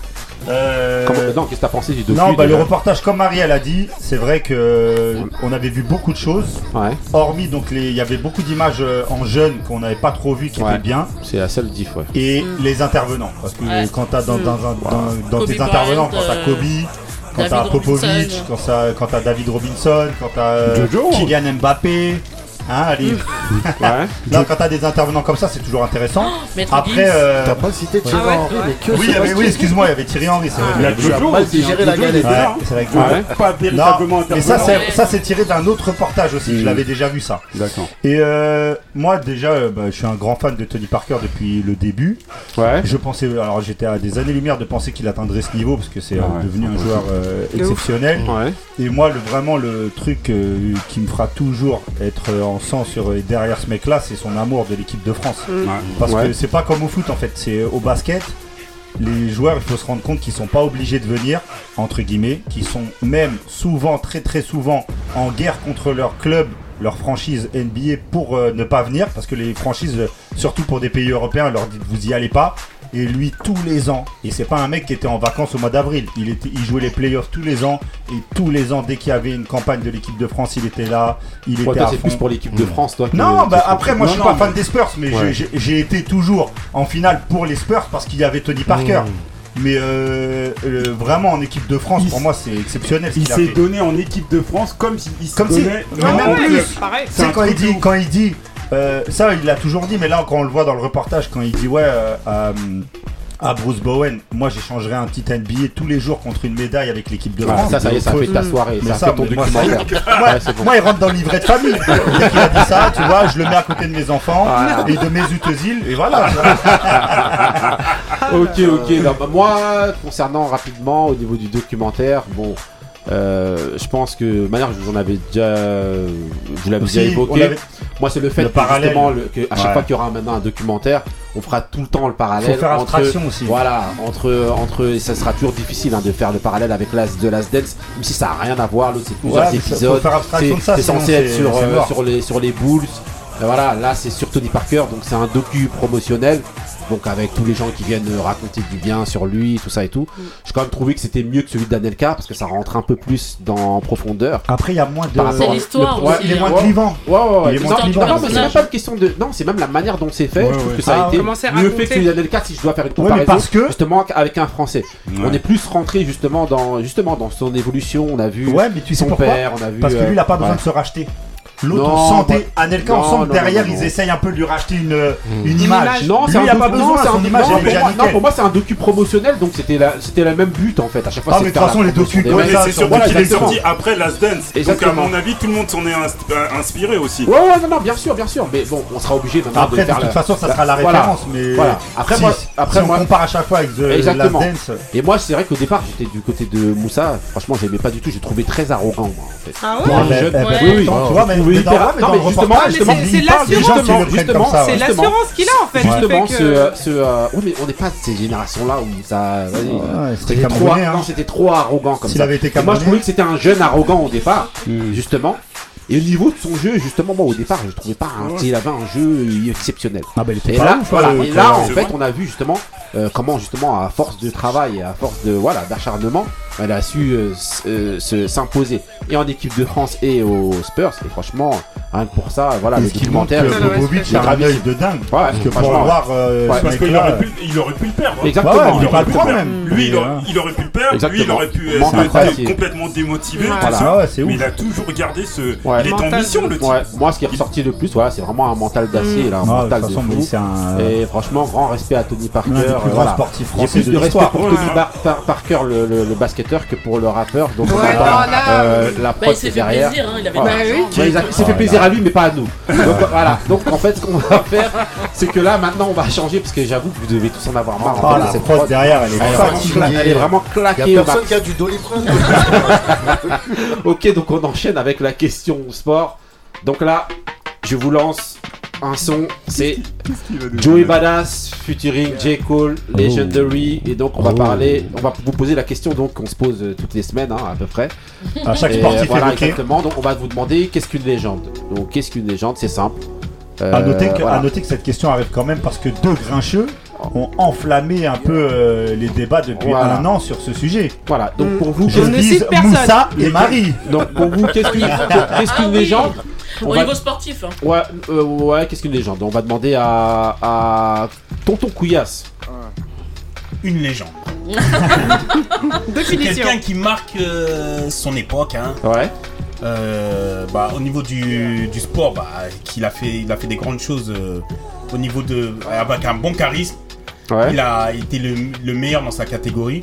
Non, qu'est-ce que t'as pensé du document? Non, le reportage, comme Marielle a dit, c'est vrai que on avait vu beaucoup de choses. Ouais. Hormis, donc, il y avait beaucoup d'images en jeunes qu'on n'avait pas trop vues qui étaient bien. C'est la seule diff, ouais. Et les intervenants. Parce que quand t'as dans tes intervenants, quand t'as Kobe, quand t'as Popovic, quand t'as David Robinson, quand t'as Kylian Mbappé. Allez. Là, quand t'as des intervenants comme ça, c'est toujours intéressant. Après, t'as pas cité Thierry Henry, oui, excuse-moi, il y avait Thierry Henry. Il a mal digéré la galette. C'est avec pas véritablement intervenant. Mais ça, c'est tiré d'un autre reportage aussi. Je l'avais déjà vu ça. D'accord. Et moi, déjà, je suis un grand fan de Tony Parker depuis le début. Ouais. Je pensais, alors j'étais à des années-lumière de penser qu'il atteindrait ce niveau parce que c'est devenu un joueur exceptionnel. Ouais. Et moi, vraiment, le truc qui me fera toujours être en sang derrière ce mec-là, c'est son amour de l'équipe de France. Parce que c'est pas comme au foot, en fait, c'est au basket. Les joueurs, il faut se rendre compte qu'ils sont pas obligés de venir, entre guillemets, qu'ils sont même souvent, très très souvent, en guerre contre leur club, leur franchise NBA pour ne pas venir, parce que les franchises, surtout pour des pays européens, leur disent vous y allez pas. Et lui, tous les ans, et c'est pas un mec qui était en vacances au mois d'avril, il jouait les playoffs tous les ans, et tous les ans, dès qu'il y avait une campagne de l'équipe de France, il était là, il était à c'est fond. plus pour l'équipe de France, toi. Non, après, moi, je suis pas fan des Spurs, mais j'ai été toujours en finale pour les Spurs parce qu'il y avait Tony Parker. Mais vraiment en équipe de France, pour moi, c'est exceptionnel. Il s'est donné en équipe de France comme s'il se donnait. Même plus. C'est quand il dit. Ça, il l'a toujours dit, mais là, quand on le voit dans le reportage, quand il dit à Bruce Bowen, moi j'échangerais un petit NBA tous les jours contre une médaille avec l'équipe de France. Ça y est, ça fait ta soirée. Mais ça fait ton documentaire. Moi, il rentre dans le livret de famille. Dès qu'il a dit ça, tu vois, je le mets à côté de mes enfants et de mes utensiles, et voilà. Ok. Non, moi, concernant rapidement au niveau du documentaire, bon. Je pense que manière je vous en avais déjà, vous l'avez déjà évoqué. Moi, c'est le fait que justement, à chaque fois qu'il y aura maintenant un documentaire, on fera tout le temps le parallèle. Faut faire abstraction aussi. Voilà, entre, ça sera toujours difficile de faire le parallèle avec The Last Dance, même si ça n'a rien à voir. L'autre, c'est plusieurs épisodes. C'est censé être sur les Bulls. Voilà, là, c'est sur Tony Parker, donc c'est un docu promotionnel. Donc avec tous les gens qui viennent raconter du bien sur lui, tout ça et tout. J'ai quand même trouvé que c'était mieux que celui d'Anelka parce que ça rentre un peu plus dans profondeur. Après il y a moins de... C'est l'histoire aussi. Il est moins clivant. Ouais. Il est moins clivant. Non, mais c'est même pas une question de... Non, c'est même la manière dont c'est fait. Je trouve que ça a été mieux fait que celui d'Anelka si je dois faire une comparaison. Parce que... Justement avec un Français. On est plus rentré justement dans son évolution. On a vu son père, on a vu... Parce que lui il a pas besoin de se racheter. L'autre, on sentait, Anelka, on sent que derrière ils essayent un peu de lui racheter une image. Non, lui, il a pas besoin, son image est déjà nickel. Non, pour moi, c'est un docu promotionnel, donc c'était la même but en fait. À chaque fois, mais de toute façon, les docus, c'est surtout qu'il est sorti après Last Dance. Donc, à mon avis, tout le monde s'en est inspiré aussi. Ouais, non, bien sûr. Mais bon, on sera obligé maintenant de faire. De toute façon, ça sera la référence. Mais voilà. Après, on compare à chaque fois avec The Last Dance. Et moi, c'est vrai qu'au départ, j'étais du côté de Moussa. Franchement, j'aimais pas du tout. J'ai trouvé très arrogant, moi, en fait. Ah ouais. Oui. Justement, c'est l'assurance qu'il a en fait. Justement, oui, mais on n'est pas de ces générations-là où ça. C'était trop arrogant comme ça. Moi, je trouvais que c'était un jeune arrogant au départ, justement. Et au niveau de son jeu, justement, moi au départ, je trouvais pas qu'il avait un jeu exceptionnel. Et là, en fait, on a vu justement comment, justement, à force de travail et à force de d'acharnement, elle a su s'imposer et en équipe de France et aux Spurs. Et franchement, rien que pour ça, voilà, le documentaire. Bobovic a un œil de dingue. Parce que pour voir, parce qu'il aurait pu le perdre. Exactement. Il aurait pu le prendre même. Lui, il aurait pu le perdre. Lui, il aurait pu être complètement démotivé. Mais il a toujours gardé ce. Il est en mission, le type. Moi, ce qui est ressorti le plus, c'est vraiment un mental d'acier, un mental de fou. Et franchement, grand respect à Tony Parker. Le plus grand sportif français. J'ai plus de respect pour Tony Parker, le basketteur, que pour le rappeur. Donc la prod c'est derrière. Il s'est fait plaisir à lui, mais pas à nous. Donc voilà. Donc en fait, ce qu'on va faire, c'est que là, maintenant, on va changer parce que j'avoue que vous devez tous en avoir marre. La prod derrière, elle est vraiment claquée. Il y a personne qui a du Doliprane. Ok, donc on enchaîne avec la question sport. Donc là, je vous lance un son, c'est Joey Badass featuring J. Cole, Legendary. Et donc on va vous poser la question donc qu'on se pose toutes les semaines à peu près. À chaque sportif évoqué. Exactement. Donc on va vous demander qu'est-ce qu'une légende. Donc qu'est-ce qu'une légende, c'est simple. À noter que cette question arrive quand même parce que deux grincheux ont enflammé un peu les débats depuis un an sur ce sujet. Voilà, donc pour vous, je dis Moussa et Marie. Donc pour vous, qu'est-ce qu'une légende? Au niveau sportif. Qu'est-ce qu'une légende? On va demander à Tonton Couillasse. Une légende. C'est quelqu'un qui marque son époque. Au niveau du sport, il a fait des grandes choses au niveau avec un bon charisme. Il a été le meilleur dans sa catégorie.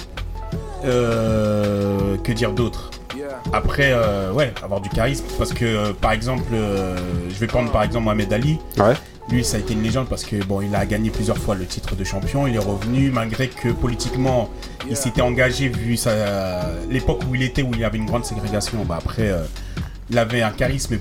Que dire d'autre? Après, avoir du charisme, parce que par exemple, je vais prendre par exemple Mohamed Ali. Lui, ça a été une légende parce que il a gagné plusieurs fois le titre de champion. Il est revenu malgré que politiquement, il s'était engagé vu l'époque où il était, où il y avait une grande ségrégation. Après, il avait un charisme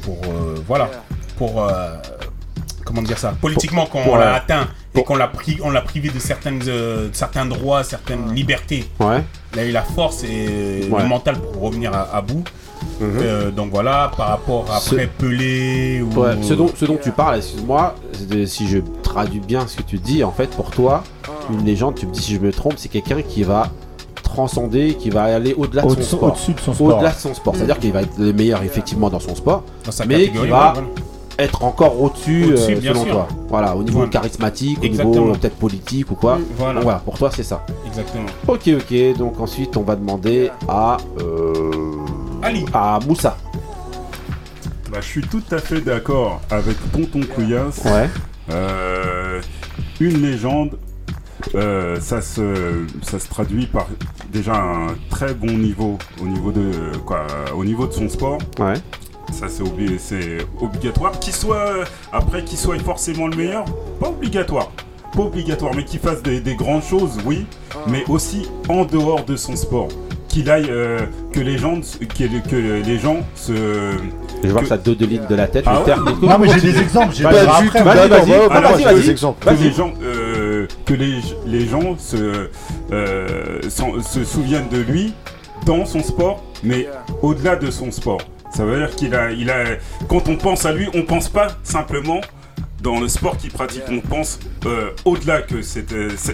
comment dire ça, politiquement, quand on l'a atteint et qu'on l'a privé de certains droits, certaines libertés. Il a eu la force et le mental pour revenir à bout. Donc voilà, par rapport après Pelé ou... ce dont tu parles, excuse-moi, si je traduis bien ce que tu dis, en fait pour toi, une légende, tu me dis si je me trompe, c'est quelqu'un qui va transcender, qui va aller au-delà de son sport. Au-dessus de son sport. Au-delà de son sport, c'est-à-dire qu'il va être le meilleur effectivement dans son sport, mais qui va être encore au-dessus selon toi. Voilà, au niveau charismatique, au niveau peut-être politique ou quoi. Donc voilà, pour toi c'est ça. Exactement. Ok, donc ensuite on va demander à Moussa. Je suis tout à fait d'accord avec Tonton Couillasse. Une légende, ça se traduit par déjà un très bon niveau au niveau de son sport. Ça c'est obligatoire. Qu'il soit forcément le meilleur, pas obligatoire, mais qu'il fasse des grandes choses, oui, mais aussi en dehors de son sport. qu'il aille que les gens se. Je vois que ça dos de ligne de la tête. Non, mais j'ai des exemples. J'ai pas du tout. Vas-y. Que les gens se souviennent de lui dans son sport, mais au-delà de son sport. Ça veut dire qu'il a. Quand on pense à lui, on pense pas simplement dans le sport qu'il pratique. On pense au-delà que c'est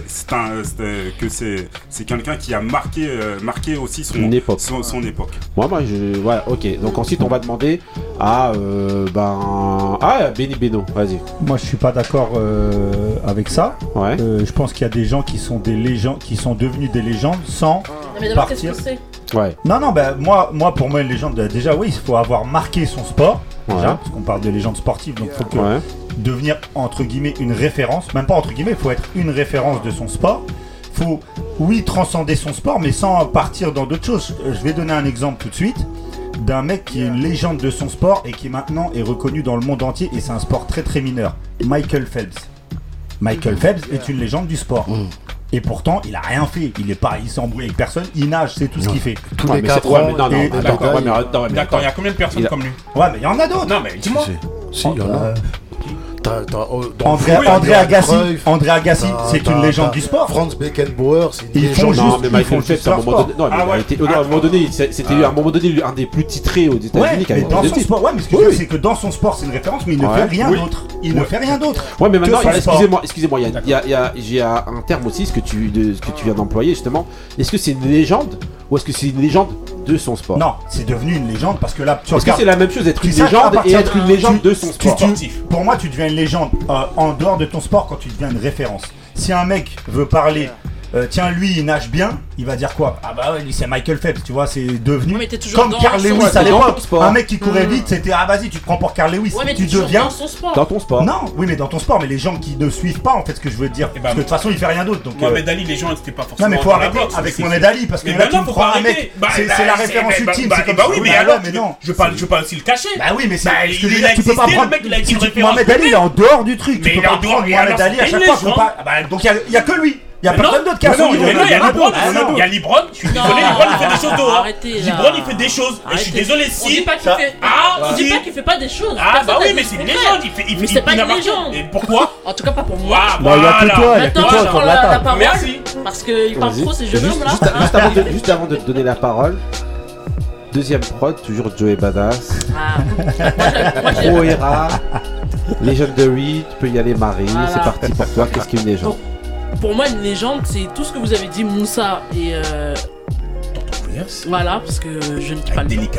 quelqu'un qui a marqué aussi son époque. Ok. Donc ensuite, on va demander à Benny Beno. Vas-y. Moi, je suis pas d'accord avec ça. Ouais. Je pense qu'il y a des gens qui sont des légendes, qui sont devenus des légendes sans partir. Ouais. Non, moi, pour moi, une légende, déjà, oui, il faut avoir marqué son sport, déjà, parce qu'on parle de légende sportive, donc il faut que devenir, entre guillemets, une référence, même pas entre guillemets, il faut être une référence de son sport. Il faut, oui, transcender son sport, mais sans partir dans d'autres choses. Je vais donner un exemple tout de suite d'un mec qui est une légende de son sport et qui maintenant est reconnu dans le monde entier, et c'est un sport très très mineur. Michael Phelps. Michael Phelps est une légende du sport. Et pourtant, il a rien fait. Il s'est embrouillé avec personne. Il nage, c'est tout ce qu'il fait. Tous les 4 ans. D'accord, il y a combien de personnes comme lui? Ouais, mais il y en a d'autres. Non, mais dis-moi. Si, il y en a. André Agassi, c'est une légende du sport. Franz Beckenbauer, c'est une légende. Non, mais Michael Phelps, à un moment donné, à un moment donné, c'était à un moment donné un des plus titrés aux États-Unis. Mais dans son sport, mais ce que je veux, c'est que dans son sport, c'est une référence, mais il ne fait rien d'autre. Il ne fait rien d'autre. Ouais, mais maintenant, excusez-moi, j'ai un terme aussi, ce que tu viens d'employer justement. Est-ce que c'est une légende ou est-ce que c'est une légende de son sport? Non, c'est devenu une légende parce que là, est-ce que c'est la même chose d'être une légende et être une légende de son sport? Pour moi, tu deviens une légende en dehors de ton sport quand tu deviens une référence. Si un mec veut parler, tiens, lui il nage bien, il va dire quoi? Ah bah ouais, lui c'est Michael Phelps, tu vois, c'est devenu comme Carl Lewis à l'époque. Un mec qui courait vite, c'était ah vas-y, tu te prends pour Carl Lewis. Ouais, mais tu deviens dans ton sport. Non, oui, mais dans ton sport, mais les gens qui ne suivent pas en fait ce que je veux dire. Parce que de toute façon, il fait rien d'autre. Donc Mohamed Ali, les gens c'était pas forcément. Non, mais faut arrêter avec Mohamed Ali parce que là tu me prends un mec, c'est la référence ultime. C'est comme bah oui, mais alors, mais non. Je parle aussi le cacher. Bah oui, mais c'est tu peux pas prendre Mohamed Ali, il est en dehors du truc. Tu peux pas prendre Mohamed Ali à chaque fois. Donc il y a que lui. Il y a personne d'autre qui a non, il y a Libron. Il y a Libron. Je suis désolé, Libron il fait des choses dehors. Libron il fait des choses. Et je suis désolé si. On dit pas qu'il fait pas des choses. Ah bah oui, mais c'est une légende. Il fait pas une légende. Et pourquoi? En tout cas pas pour moi. Bah il y a que toi. Maintenant je prends la parole. Merci. Parce qu'il parle trop ces jeunes hommes là. Juste avant de te donner la parole. Deuxième prod, toujours Joey Badass. Pro Era. Legendary, tu peux y aller Marie. C'est parti pour toi. Qu'est-ce qu'une légende? Pour moi, une légende, c'est tout ce que vous avez dit, Moussa et. Voilà, parce que je ne dis pas le nom.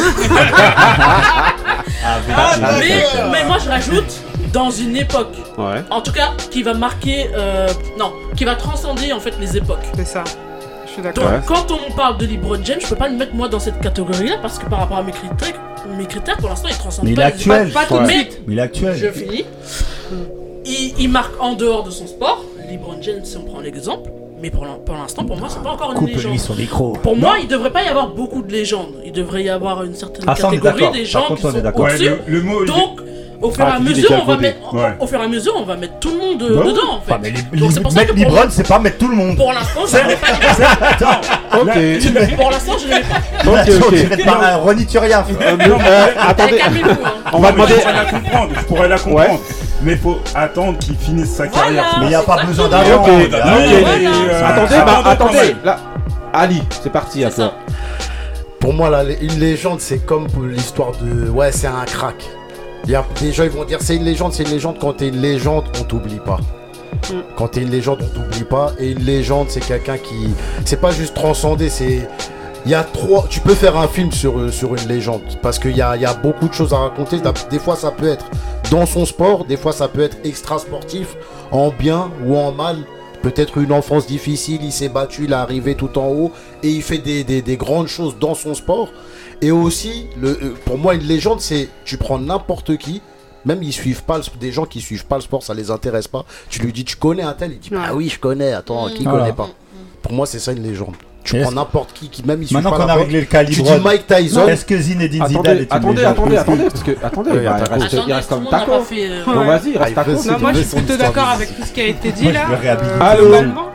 Mais moi, je rajoute dans une époque. En tout cas, qui va marquer. Qui va transcender en fait les époques. C'est ça. Je suis d'accord. Donc, quand on parle de LeBron James, je peux pas le mettre moi dans cette catégorie-là parce que par rapport à mes critères, pour l'instant, il transcende pas. Mais il est actuel. Je finis. Il marque en dehors de son sport. LeBron James, si on prend l'exemple, mais pour l'instant, pour moi, c'est pas encore une légende. Son micro. Pour moi, il devrait pas y avoir beaucoup de légendes. Il devrait y avoir une certaine catégorie des gens qui sont au-dessus. Donc, au fur et à mesure, on va mettre tout le monde dedans, en fait. Mettre LeBron, c'est pas mettre tout le monde. Pour l'instant, je ne mets pas LeBron. Pour l'instant, je ne mets pas. Ronny Turiaf. Attendez, on va demander. Je pourrais la comprendre. Mais faut attendre qu'il finisse sa carrière. Mais il n'y a pas besoin d'argent. Attendez. Là, Ali, c'est parti à toi. Pour moi, une légende, c'est comme l'histoire de. Ouais, c'est un crack. Il y a des gens, ils vont dire c'est une légende. Quand t'es une légende, on t'oublie pas. Quand t'es une légende, on t'oublie pas. Et une légende, c'est quelqu'un qui. C'est pas juste transcender, c'est. Il y a tu peux faire un film sur une légende parce qu'il y a beaucoup de choses à raconter. Des fois ça peut être dans son sport, des fois ça peut être extra sportif, en bien ou en mal. Peut-être une enfance difficile, il s'est battu, il est arrivé tout en haut et il fait des grandes choses dans son sport. Et aussi, pour moi une légende c'est tu prends n'importe qui. Même ils suivent pas des gens qui suivent pas le sport, ça les intéresse pas. Tu lui dis tu connais un tel, il dit ah oui je connais. Attends qui connaît pas. Pour moi c'est ça une légende. Tu prends n'importe qui même il suit pas. Maintenant qu'on a réglé le cas tu dis Mike Tyson. Est-ce que Zinedine Zidane est une légende? Attendez, parce que il reste comme Taco. Bon vas-y, reste Taco. Non, moi je suis plutôt d'accord avec tout ce qui a été dit là. Allô.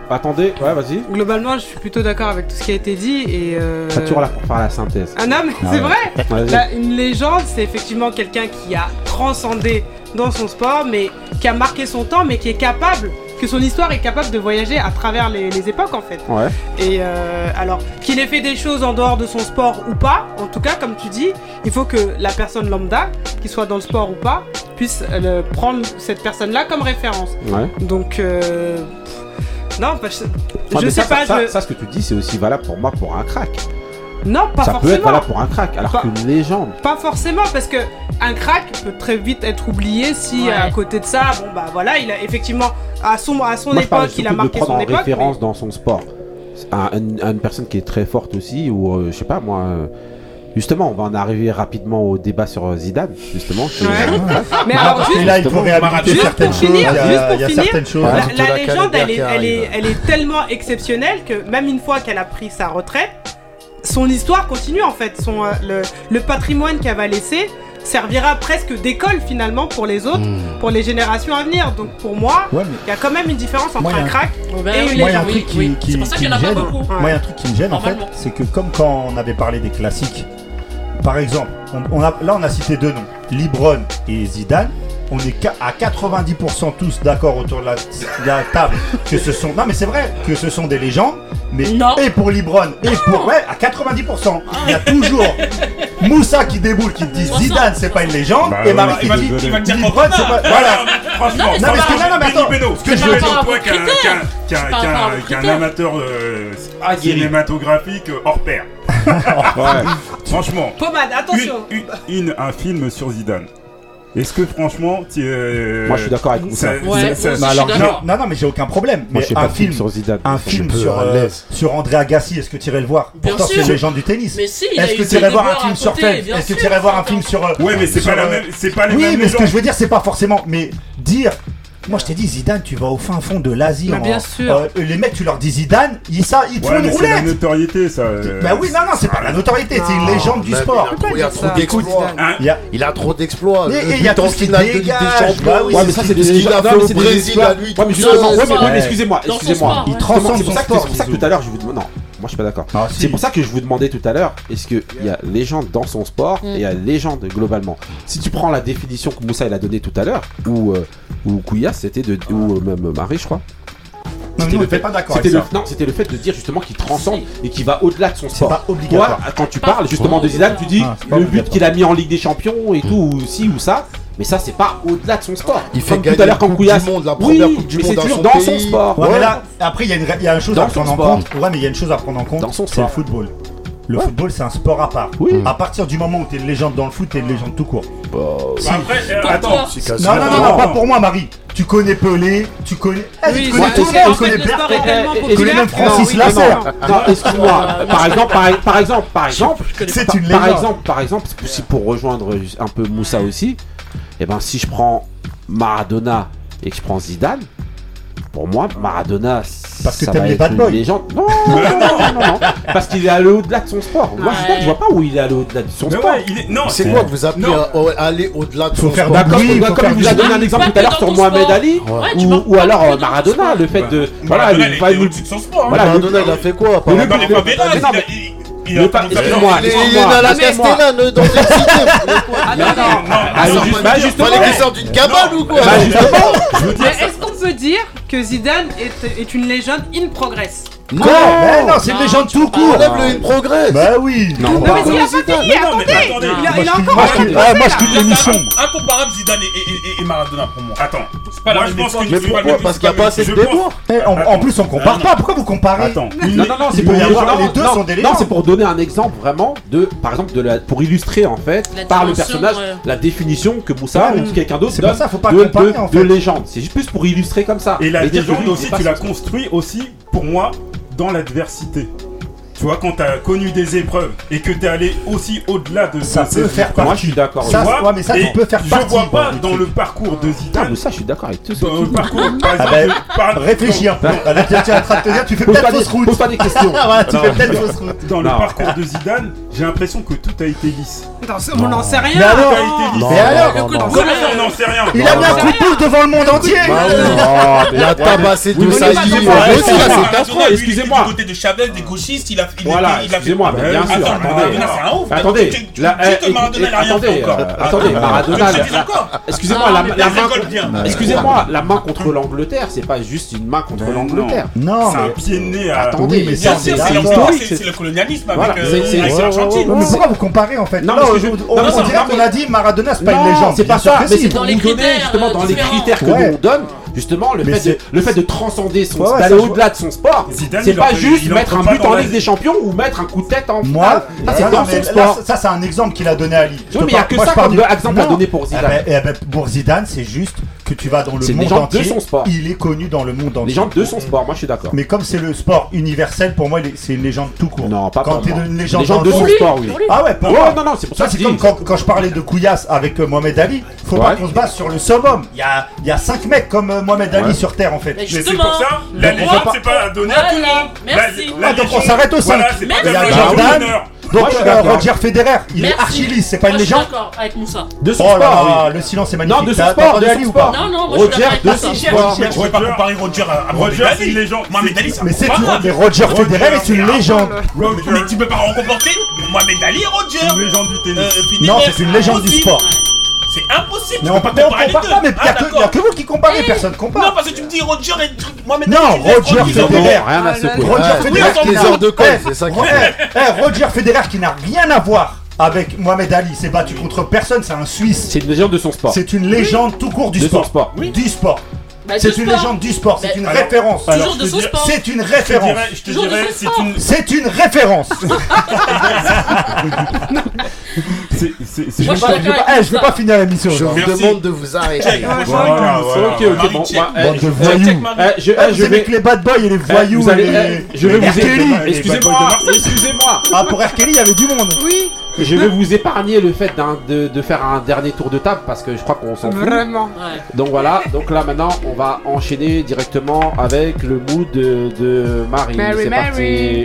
attendez, ouais, vas-y. Globalement, je suis plutôt d'accord avec tout ce qui a été dit et. T'as toujours là pour faire la synthèse. Ah non, mais c'est vrai. Une légende, c'est effectivement quelqu'un qui a transcendé dans son sport, mais qui a marqué son temps, mais qui est capable, que son histoire est capable de voyager à travers les époques en fait. Ouais. Et alors, qu'il ait fait des choses en dehors de son sport ou pas, en tout cas, comme tu dis, il faut que la personne lambda, qu'il soit dans le sport ou pas, puisse prendre cette personne-là comme référence. Ouais. Donc, non, je sais pas. Ça, ce que tu dis, c'est aussi valable pour moi pour un crack. Non, pas ça forcément. Ça peut être valable pour un crack, alors qu'une légende. Pas forcément, parce que un crack peut très vite être oublié si à côté de ça, bon bah voilà, il a effectivement à son époque, il a marqué son époque. De référence dans son sport, une personne qui est très forte aussi, ou je sais pas moi. Justement, on va en arriver rapidement au débat sur Zidane, justement. Mais alors, juste pour finir, la légende, elle est tellement exceptionnelle que même une fois qu'elle a pris sa retraite, son histoire continue en fait. Le patrimoine qu'elle va laisser servira presque d'école finalement pour les autres, pour les générations à venir. Donc pour moi, il y a quand même une différence entre un crack et une légende. C'est pour ça qu'il n'y en a pas beaucoup. Moi, il y a un truc qui me gêne en fait, c'est que comme quand on avait parlé des classiques, par exemple, on a cité deux noms, LeBron et Zidane. On est à 90% tous d'accord autour de la table que ce sont... Non mais c'est vrai que ce sont des légendes, mais et pour LeBron et pour... Ouais, à 90%. Il y a toujours Moussa qui déboule, qui te dit Zidane c'est pas une légende, et Marie qui dit LeBron c'est pas... Voilà. Franchement, non mais attends, ce que je veux dire, toi qu'un amateur cinématographique hors pair. Franchement. Pommade, attention. Un film sur Zidane. Est-ce que franchement, moi je suis d'accord avec Moussa. Non, mais j'ai aucun problème. Mais moi, un film sur Zidane, un film sur André Agassi, est-ce que tu irais le voir? Pourtant c'est une légende du tennis. Mais si, est-ce que tu irais voir un film sur Phelps? Est-ce que tu irais voir un film sur Ouais, mais c'est pas la même, c'est pas les mêmes. Oui, mais ce que je veux dire, c'est pas forcément. Mais dire. Moi je t'ai dit Zidane, tu vas au fin fond de l'Asie. Bien sûr. Les mecs, tu leur dis Zidane, ils te font une roulette. C'est la notoriété, ça. Bah oui, non, c'est pas la notoriété, c'est une légende du sport. Il a trop d'exploits. Il a trop d'exploits. Et il y a tout ce qui dégage. Ouais, mais ça c'est des légendes. Il a fait au Brésil à lui. Ouais, mais justement, excusez-moi. Il transforme son sport. C'est pour ça que tout à l'heure je vous demande. Non. Moi je suis pas d'accord. C'est pour ça que je vous demandais tout à l'heure, est-ce qu'il y a légende dans son sport et il y a légende globalement. Si tu prends la définition que Moussa il a donnée tout à l'heure, ou Kouya c'était ou même Marie je crois. C'était le fait de dire justement qu'il transcende et qu'il va au-delà de son sport. C'est pas obligatoire. Toi, quand tu parles justement de Zidane, tu dis le but qu'il a mis en Ligue des Champions et tout, ou ci ou ça. Mais ça, c'est pas au-delà de son sport. Il fait tout à l'heure quand Kouya, la première Coupe du Monde dans son sport. Ouais, mais là, après, il y a une chose à prendre en compte. Ouais, mais il y a une chose à prendre en compte. C'est le football. Le football, c'est un sport à part. Oui. À partir du moment où t'es une légende dans le foot, t'es une légende tout court. Après, attends. Non, pas pour moi, Marie. Tu connais Pelé, tu connais. Oui, tu connais tout le monde, tu connais Bertrand, tu connais même Francis Lasserre. Non, excuse-moi. Par exemple, c'est une légende. Par exemple, pour rejoindre un peu Moussa aussi. Et ben si je prends Maradona et que je prends Zidane, pour moi Maradona parce que t'aimes les bad boys. Non, parce qu'il est allé au-delà de son sport. Moi je vois pas où il est allé au-delà de son sport. C'est quoi que vous appelez aller au-delà de son sport? D'accord, comme il vous a donné un exemple tout à l'heure sur Mohamed Ali ou alors Maradona, le fait de Maradona il est au-dessus de son sport. Maradona il a fait quoi? Il est dans la Castellane dans une cité. Fallait qu'il sorte d'une cabane ou quoi? Mais est-ce qu'on peut dire que Zidane est une légende in progress? Non, c'est une légende tout court. Enlève le in progress. Bah oui. Non, mais il a pas fini. Attendez. Il a encore. Moi je quitte l'émission. Incomparable Zidane et Maradona pour moi. Attends. C'est pas la même époque. Mais pourquoi? Parce qu'il n'y a pas assez de déboire. En plus on compare pas. Pourquoi vous comparez? Attends. Non, c'est pour les deux sont des légendes. Non, c'est pour donner un exemple vraiment de, par exemple, pour illustrer en fait par le personnage la définition que Moussa ou quelqu'un d'autre donne de légende. C'est juste plus pour illustrer comme ça. Et la légende aussi, tu l'as construit aussi pour moi dans l'adversité. Tu vois, quand t'as connu des épreuves et que t'es allé aussi au-delà de ça peut faire partie. Moi je suis d'accord. Mais ça tu peux faire partie. Je vois pas dans le parcours de Zidane. Mais ça je suis d'accord avec tout ça. Dans le parcours, réfléchis un peu. Tu es en train de te dire, tu fais peut-être fausse route. Pose pas des questions. Tu fais peut-être fausse route. Dans le parcours de Zidane, J'ai l'impression que tout a été lisse. On n'en sait rien. Mais alors, on n'en sait rien. Il a mis un coup de pouce devant le monde entier. Il a tabassé tout ça. Excusez-moi. Du côté de Chavez, des gauchistes, il a fait. Voilà, excusez-moi, mais bien sûr. Attendez, attendez, Maradona. Excusez-moi, la main contre l'Angleterre, c'est pas juste une main contre l'Angleterre. Non, c'est un pied de nez. Attendez, mais c'est le colonialisme avec l'Argentine. Mais pourquoi vous comparez en fait? Non, on dirait qu'on a dit Maradona, c'est pas une légende. C'est pas ça, mais c'est dans pour les nous donner critères, justement dans les critères que nous on donne. Justement, le fait de transcender d'aller au-delà de son sport, c'est pas juste mettre un but en Ligue des Champions ou mettre un coup de tête en finale. C'est dans son sport. Ça, c'est un exemple qu'il a donné à Ali. Oui, mais il n'y a que ça comme exemple à donner pour Zidane. Pour Zidane, c'est juste que tu vas dans le monde entier. De son sport. Il est connu dans le monde entier. Légende de son sport, moi je suis d'accord. Mais comme c'est le sport universel, pour moi, c'est une légende tout court. Non, pas quand t'es une légende de son sport, oui. Ah ouais, pour moi. Non, c'est pour ça. C'est comme quand je parlais de Couillasse avec Mohamed Ali. Faut pas qu'on se base sur le summum. Il y a 5 mecs comme Mohamed Ali sur Terre en fait. Mais c'est pour ça, la légende c'est pas donné à tout le monde. Merci. Donc on s'arrête au 5. Il y a Jordan. Donc Roger Federer, il est archi-lisse, c'est pas une légende. Je suis d'accord avec Moussa. De son sport, oui. Le silence est magnifique. Non, de son sport, de Ali ou pas? Non, Roger de son sport. Je ne pourrais pas comparer Roger à Roger, c'est une légende. Mohamed Ali, mais c'est tout. Mais Roger Federer est une légende. Mais tu peux pas recomporter Mohamed Ali et Roger. Une légende du tennis. Non, c'est une légende du sport. C'est impossible. Mais on compare pas, mais il n'y a que vous qui comparez, personne compare. Non, parce que tu me dis Roger et Mohamed Ali. Non, Roger Federer. Rien à secouer. Roger Federer qui les heures de colle, c'est ça qui Roger Federer qui n'a rien à voir avec Mohamed Ali, s'est battu contre personne, c'est un Suisse. C'est une légende de son sport. C'est une légende tout court du sport. De son sport. Oui. Du sport. C'est une légende du sport, c'est une référence. Toujours de son sport. C'est une référence. Je te dirais, c'est une référence. Je vais pas finir l'émission. Je vous demande de vous arrêter. Ok, bon. Bande de voyous. Vous aimez que les bad boys et les voyous. Je vais vous excusez-moi. Ah, pour R. Kelly, il y avait du monde. Oui. Je vais vous épargner le fait de faire un dernier tour de table parce que je crois qu'on s'en fout. Vraiment. Donc voilà, donc là maintenant on va enchaîner directement avec le mood de Marie. C'est parti.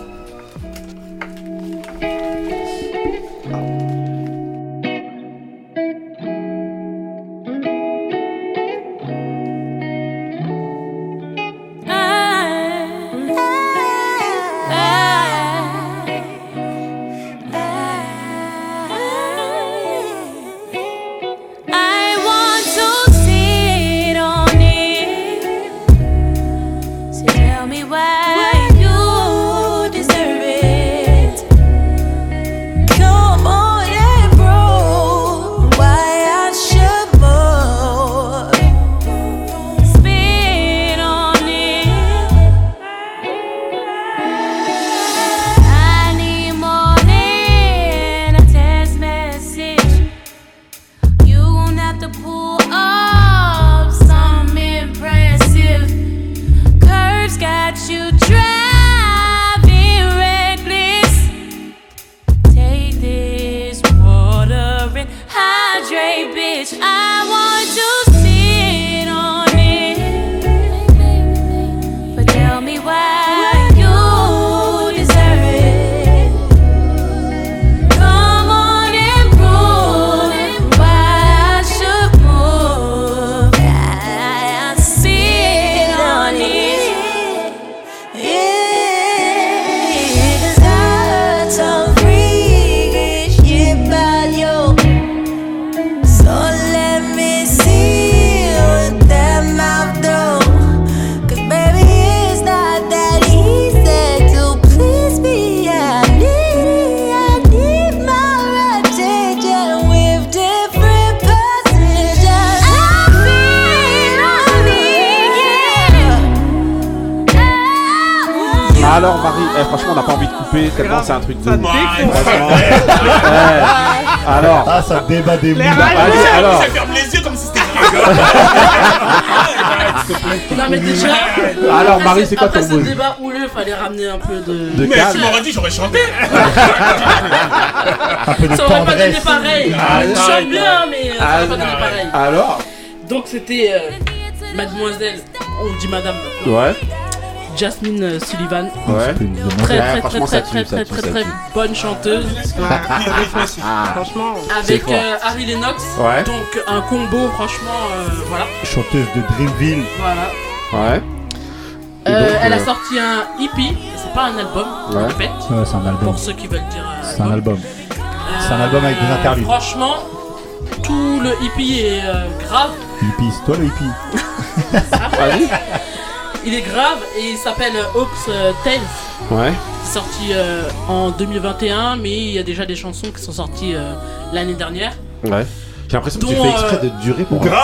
Alors Marie, franchement on n'a pas envie de couper tellement c'est un truc de... Alors... Ah ça débat des moules. Alors... Ça ferme les yeux comme si c'était... Non mais déjà... Alors Marie c'est quoi ton mood? Après ce débat houleux, fallait ramener un peu de... Mais calme. Tu m'aurais dit j'aurais chanté. Un peu de ça aurait pas donné pareil. Je chante bien mais ça aurait pas donné pareil. Alors donc c'était... Mademoiselle, on dit madame. Ouais. Jasmine Sullivan. Ouais. Très bonne chanteuse. Franchement. Avec Harry Lennox. Ouais. Donc un combo, franchement, voilà. Chanteuse de Dreamville. Voilà. Ouais. Elle a sorti un EP, c'est pas un album, en fait. Ouais, c'est un album. Pour ceux qui veulent dire. C'est un album. C'est un album avec des interludes. Franchement, tout le EP est grave. Hippie, c'est toi le hippie. Vas-y. Il est grave et il s'appelle Hope's Tales. Ouais. Sorti en 2021, mais il y a déjà des chansons qui sont sorties l'année dernière. Ouais. J'ai l'impression que tu fais exprès de durer pour Ton mood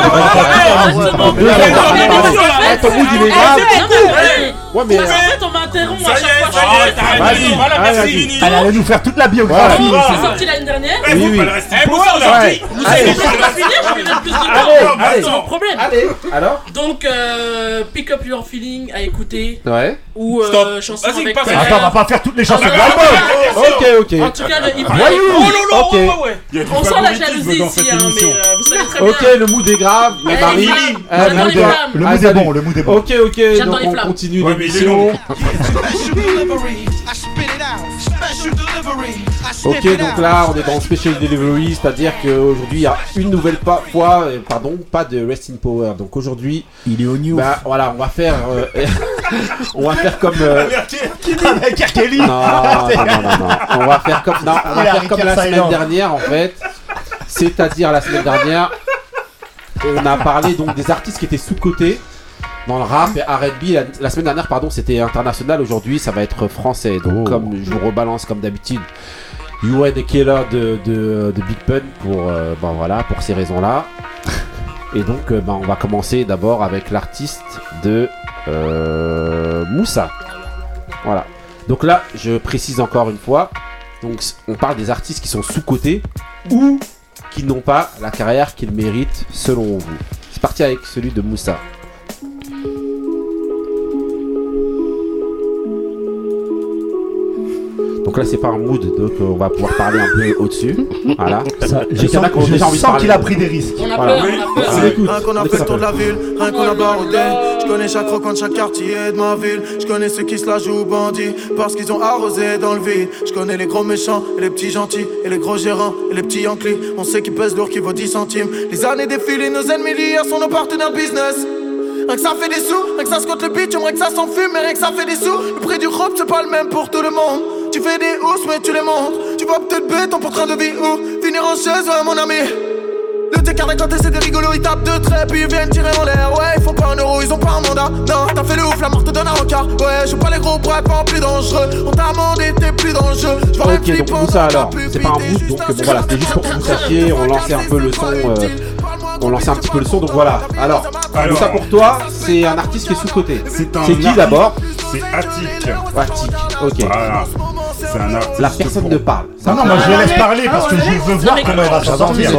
il est grave. Ouais mais on m'interrompt à chaque fois. Elle allait nous faire toute la biographie. C'est sorti l'année dernière. Oui. Vous savez pas finir, je vais mettre plus de temps. Sans problème. Allez. Alors. Donc Pick Up Your Feeling à écouter. Ouais. Ou chanson avec. Attends, on va pas faire toutes les chansons de l'album. Ok. En tout cas, le hip Ok. On sent la jalousie ici, mais vous savez très bien. Ok, le mood est grave. Mais Marie. Le mood est bon, le mood est bon. Ok. Donc on continue l'émission. Ok, donc là on est dans Special Delivery, c'est-à-dire qu'aujourd'hui il y a une nouvelle pas de Rest in Power. Donc aujourd'hui, il est au new. Bah voilà, on va faire comme avec R. Kelly. Non. On va faire comme la semaine dernière en fait. C'est-à-dire la semaine dernière, on a parlé donc des artistes qui étaient sous-cotés dans le rap et R&B. La semaine dernière, c'était international. Aujourd'hui, ça va être français. Donc, comme je vous rebalance comme d'habitude, You Are the Killer de Big Pun pour ces raisons-là. Et donc, on va commencer d'abord avec l'artiste de Moussa. Voilà. Donc là, je précise encore une fois. Donc, on parle des artistes qui sont sous-cotés ou qui n'ont pas la carrière qu'ils méritent selon vous. C'est parti avec celui de Moussa. Donc là c'est pas un mood, donc on va pouvoir parler un peu au-dessus. Voilà. Je sens qu'il a pris des risques. On a peur. Rien qu'on a fait le tour de la ville, rien qu'on a baroudé. Je connais chaque recoin de chaque quartier de ma ville. Je connais ceux qui se la jouent bandits parce qu'ils ont arrosé dans le vide. Je connais les gros méchants et les petits gentils et les gros gérants et les petits Yankees. On sait qu'ils pèsent lourd, qui vaut 10 centimes. Les années défilent et nos ennemis d'hier sont nos partenaires business. Rien que ça fait des sous, rien que ça scotte le beat, j'aimerais que ça s'enfume, mais rien que ça fait des sous. Le prix du rap c'est pas le même pour tout le monde. Tu fais des housses mais tu les montres. Tu vas peut-être bête en train de vie ou finir en chaise, ouais, mon ami. Le décart d'éclaté c'est des rigolos, ils tapent deux traits puis ils viennent tirer en l'air. Ouais, ils font pas un euro, ils ont pas un mandat. Non, t'as fait le ouf, la mort te donne un rencard. Ouais, je joue pas les gros bref, pas plus dangereux. On t'a demandé, t'es plus dans le jeu. Ok, donc Moussa alors, c'est pas un mood, donc voilà, c'était juste pour que vous sachiez, on lançait un peu le son. On lançait un petit peu le son, donc voilà. Alors Moussa pour toi, c'est un artiste qui est sous-coté. C'est qui d'abord? C'est Attic. Attic, ok. Voilà. C'est un artiste. La personne ne parle. Non, moi je le laisse parler parce que je veux voir comment il va s'en sortir.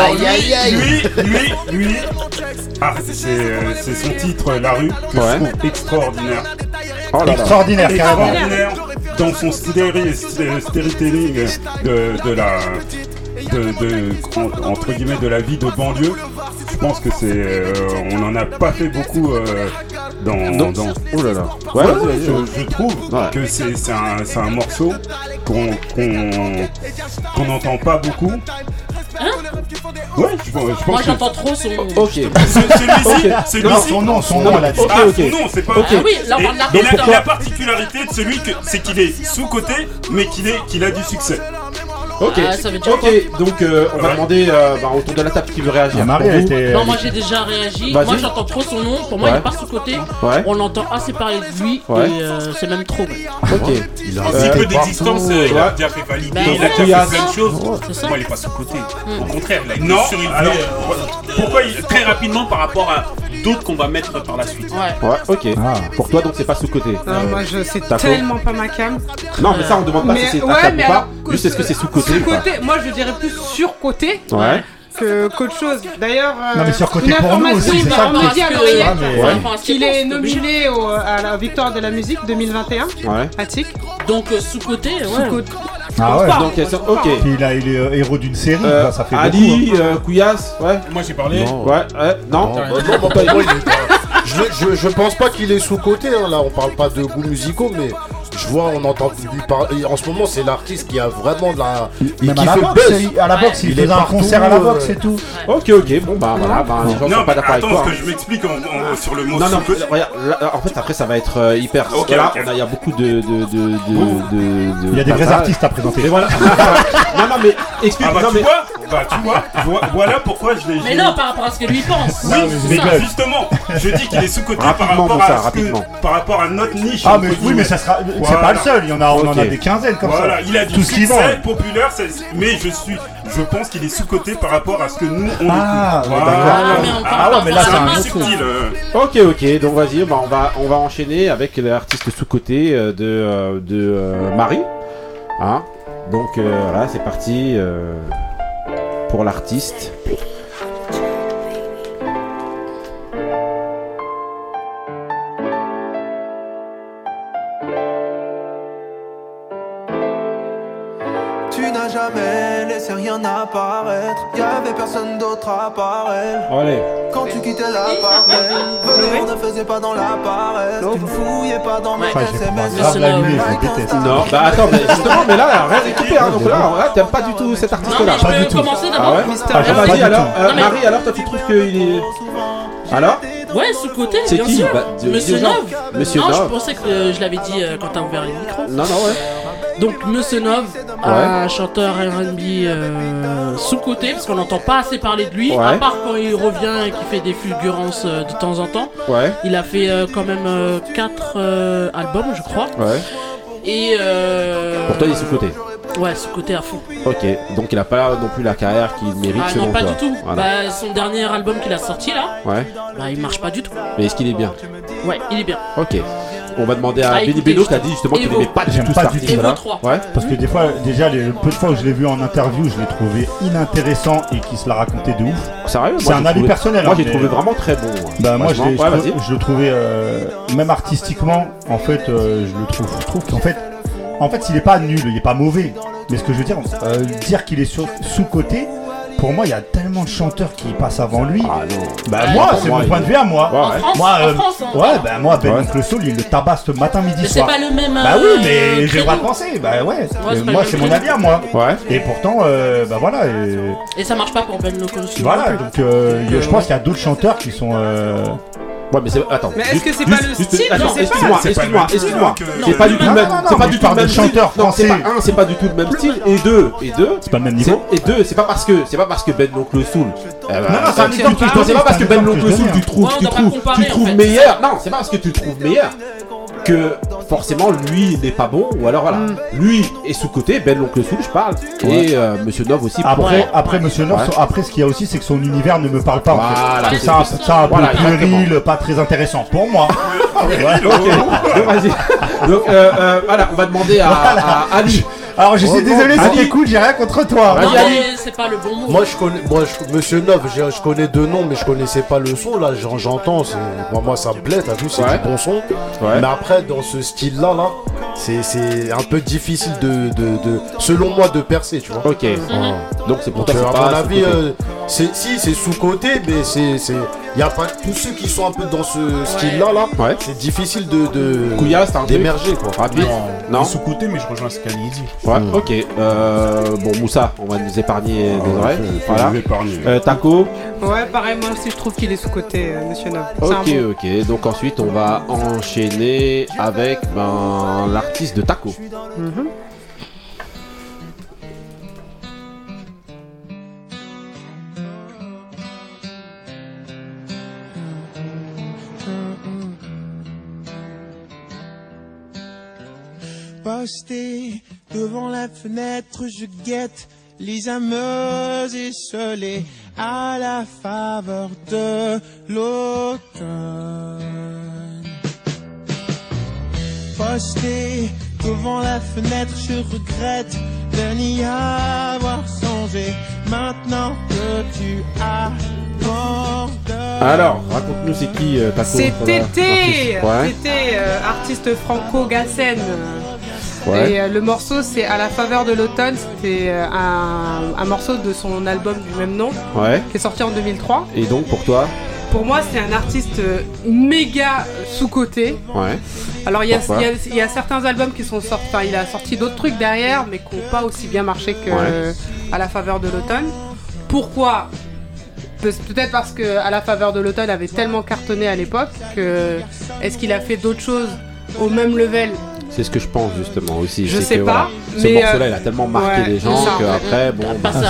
Lui. C'est son titre, La Rue, que je trouve extraordinaire. Extraordinaire, carrément. Dans son storytelling entre guillemets de la vie de banlieue, je pense que on n'en a pas fait beaucoup dans. Oh là là. Ouais, je trouve que c'est un morceau qu'on n'entend pas beaucoup. Hein? Ouais, je pense. Moi j'entends trop son. Ok. Celui-ci. Son nom, son nom, c'est pas. Ah oui, là on parle de la particularité de celui c'est qu'il est sous-coté, mais qu'il a du succès. Ok, ça veut dire donc on va demander autour de la table qui veut réagir. Non, moi j'ai déjà réagi. Vas-y. Moi j'entends trop son nom. Pour moi il est pas sous-côté. On l'entend assez parler de lui et c'est même trop. Ok. Il a un petit peu d'existence, il a déjà fait valider, il a déjà fait plein de choses. Moi il est pas sous-côté. Au contraire, il a été surélevé. Pourquoi très rapidement par rapport à d'autres qu'on va mettre par la suite. Ouais, ok. Pour toi donc c'est pas sous-côté. Moi c'est tellement pas ma cam. Non mais ça on demande pas si c'est ta cam ou pas. Juste est-ce que c'est sous-côté? Sous-côté, moi je dirais plus sur-côté qu'autre chose. D'ailleurs, une information, aussi, on me dit à l'oreillette qu'il est nominé à la victoire de la musique 2021. Attic. Donc sous-côté, Ah ouais. Donc ok. Puis là il est héros d'une série, ça fait Ali, beaucoup. Couillasse, Moi j'ai parlé. Non. Ouais, non. Je pense pas qu'il est sous-côté, hein. Là on parle pas de goûts musicaux, mais je vois, on entend lui parler. En ce moment, c'est l'artiste qui a vraiment de la. Même à la boxe, il faisait un concert à la boxe et tout. Ok, bon bah voilà, les gens sont pas d'accord avec toi. Attends, ce que je m'explique sur le mot. Non, regarde, en fait après ça va être hyper. Là, il y a beaucoup de. Il y a des vrais artistes à présenter. Mais voilà. Non, mais explique. Tu vois, voilà pourquoi je l'ai. Mais non, par rapport à ce que lui pense. Oui, justement, je dis qu'il est sous-côté par rapport à notre niche. Ah, mais oui, mais ça sera. C'est pas le seul, on en a des quinzaines comme ça. Voilà, il a dit qu'il est populaire, mais je pense qu'il est sous-côté par rapport à ce que nous on écoute. Ouais, mais là c'est un autre subtil. Ok, donc vas-y, on va enchaîner avec l'artiste sous-côté de Marie. Hein, donc voilà, c'est parti pour l'artiste. Jamais laissé rien apparaître. Y'avait personne d'autre à part elle. Allez. Quand tu quittais l'appart, venez, on ne faisait pas dans la paresse. Tu ne fouillais pas dans mes SMS. Non, bah attends, mais justement, mais là, rien d'équipé, hein. Donc là, t'aimes pas du tout cet artiste-là. Pas du tout. Commencer d'abord. Vas-y, alors, Marie, alors toi tu trouves qu'il est. Alors Ouais, sous-côté, c'est bien qui sûr. Monsieur Non, Nov. je pensais que je l'avais dit quand t'as ouvert les micros. Non, ouais. Donc Monsieur Nov, un chanteur R&B sous-côté, parce qu'on n'entend pas assez parler de lui, à part quand il revient et qu'il fait des fulgurances de temps en temps. Ouais. Il a fait quand même 4 albums, je crois. Ouais. Et pour toi, il est sous-côté. Ouais, sous-côté à fond. Ok, donc il a pas non plus la carrière qu'il mérite selon toi. Non, pas du tout. Voilà. Bah, son dernier album qu'il a sorti là, bah il marche pas du tout. Mais est-ce qu'il est bien? Ouais, il est bien. Ok. On va demander à Benny Beno qui a dit justement qu'il n'aimait pas du tout cet artiste. Evo 3. Ouais. Parce que des fois, déjà, les peu de fois où je l'ai vu en interview, je l'ai trouvé inintéressant et qu'il se l'a raconté de ouf. Sérieux? C'est un avis personnel. Moi, j'ai trouvé vraiment très bon. Bah, moi, je le trouvais, même artistiquement, en fait, je le trouve. Je trouve qu'en fait, il est pas nul, il est pas mauvais. Mais ce que je veux dire, dire qu'il est sous-côté, pour moi, il y a tellement de chanteurs qui passent avant lui. Ah non. Bah moi, c'est mon point de vue à moi. En France, moi, Ben Oncle Soul, il le tabasse le matin, midi, soir. Mais c'est pas le même. Bah oui, mais j'ai le droit de penser. Bah ouais. Moi, c'est mon avis à moi. Ouais. Et pourtant, bah voilà. Et ça marche pas pour Ben Oncle Soul. Voilà, donc je pense qu'il y a d'autres chanteurs qui sont. Ouais, mais c'est. Attends. Mais est-ce que c'est pas le style? Excuse-moi. C'est pas du tout le même. C'est pas du tout le même chanteur français. Un, c'est pas du tout le même style. Et deux. C'est pas le même niveau. Et deux, c'est pas parce que Ben Oncle Soul. Non, c'est pas parce que Ben Oncle Soul tu trouves meilleur. Non, c'est pas parce que tu le trouves meilleur que forcément lui n'est pas bon, ou alors voilà, lui est sous-côté, Ben Oncle Soul je parle, et Monsieur Nov aussi. Après Monsieur Nov, après ce qu'il y a aussi c'est que son univers ne me parle pas. Voilà, c'est ça un peu puéril, pas très intéressant pour moi. Donc vas-y. Donc voilà, on va demander à Ali. Alors je suis désolé si t'écoutes, j'ai rien contre toi. Non mais c'est pas le bon mot. Moi je connais, Monsieur Nov, je connais deux noms mais je connaissais pas le son là, j'entends, moi ça me plaît, t'as vu, c'est du bon son. Mais après dans ce style là, c'est un peu difficile de selon moi de percer, tu vois. Ok. Donc c'est pour toi à mon avis c'est sous-côté, mais il y a pas tous ceux qui sont un peu dans ce style là, c'est difficile d'émerger quoi. Rapide. Non, sous-côté mais je rejoins ce qu'Ali dit. Ouais, ok. Bon, Moussa, on va nous épargner des oreilles. Voilà. Taco. Ouais, pareil, moi aussi je trouve qu'il est sous-côté, Monsieur Nov. Ok. Donc ensuite, on va enchaîner avec l'artiste de Taco. Posté devant la fenêtre, je guette les ameuses esselées à la faveur de l'automne. Posté devant la fenêtre, je regrette de n'y avoir songé. Maintenant que tu abordes. Alors, raconte-nous c'est qui Taco? C'est Tété, artiste franco-gassène. Et le morceau c'est À la faveur de l'automne, c'était un morceau de son album du même nom qui est sorti en 2003. Et donc pour toi? pour moi, c'est un artiste méga sous-coté. Ouais. Alors, il y a certains albums qui sont sortis. Enfin, il a sorti d'autres trucs derrière, mais qui n'ont pas aussi bien marché qu'à la faveur de l'automne. Pourquoi ? Peut-être parce que À la faveur de l'automne avait tellement cartonné à l'époque que est-ce qu'il a fait d'autres choses au même level? C'est ce que je pense justement aussi. Je sais pas. Ce morceau-là, il a tellement marqué les gens qu'après, bon.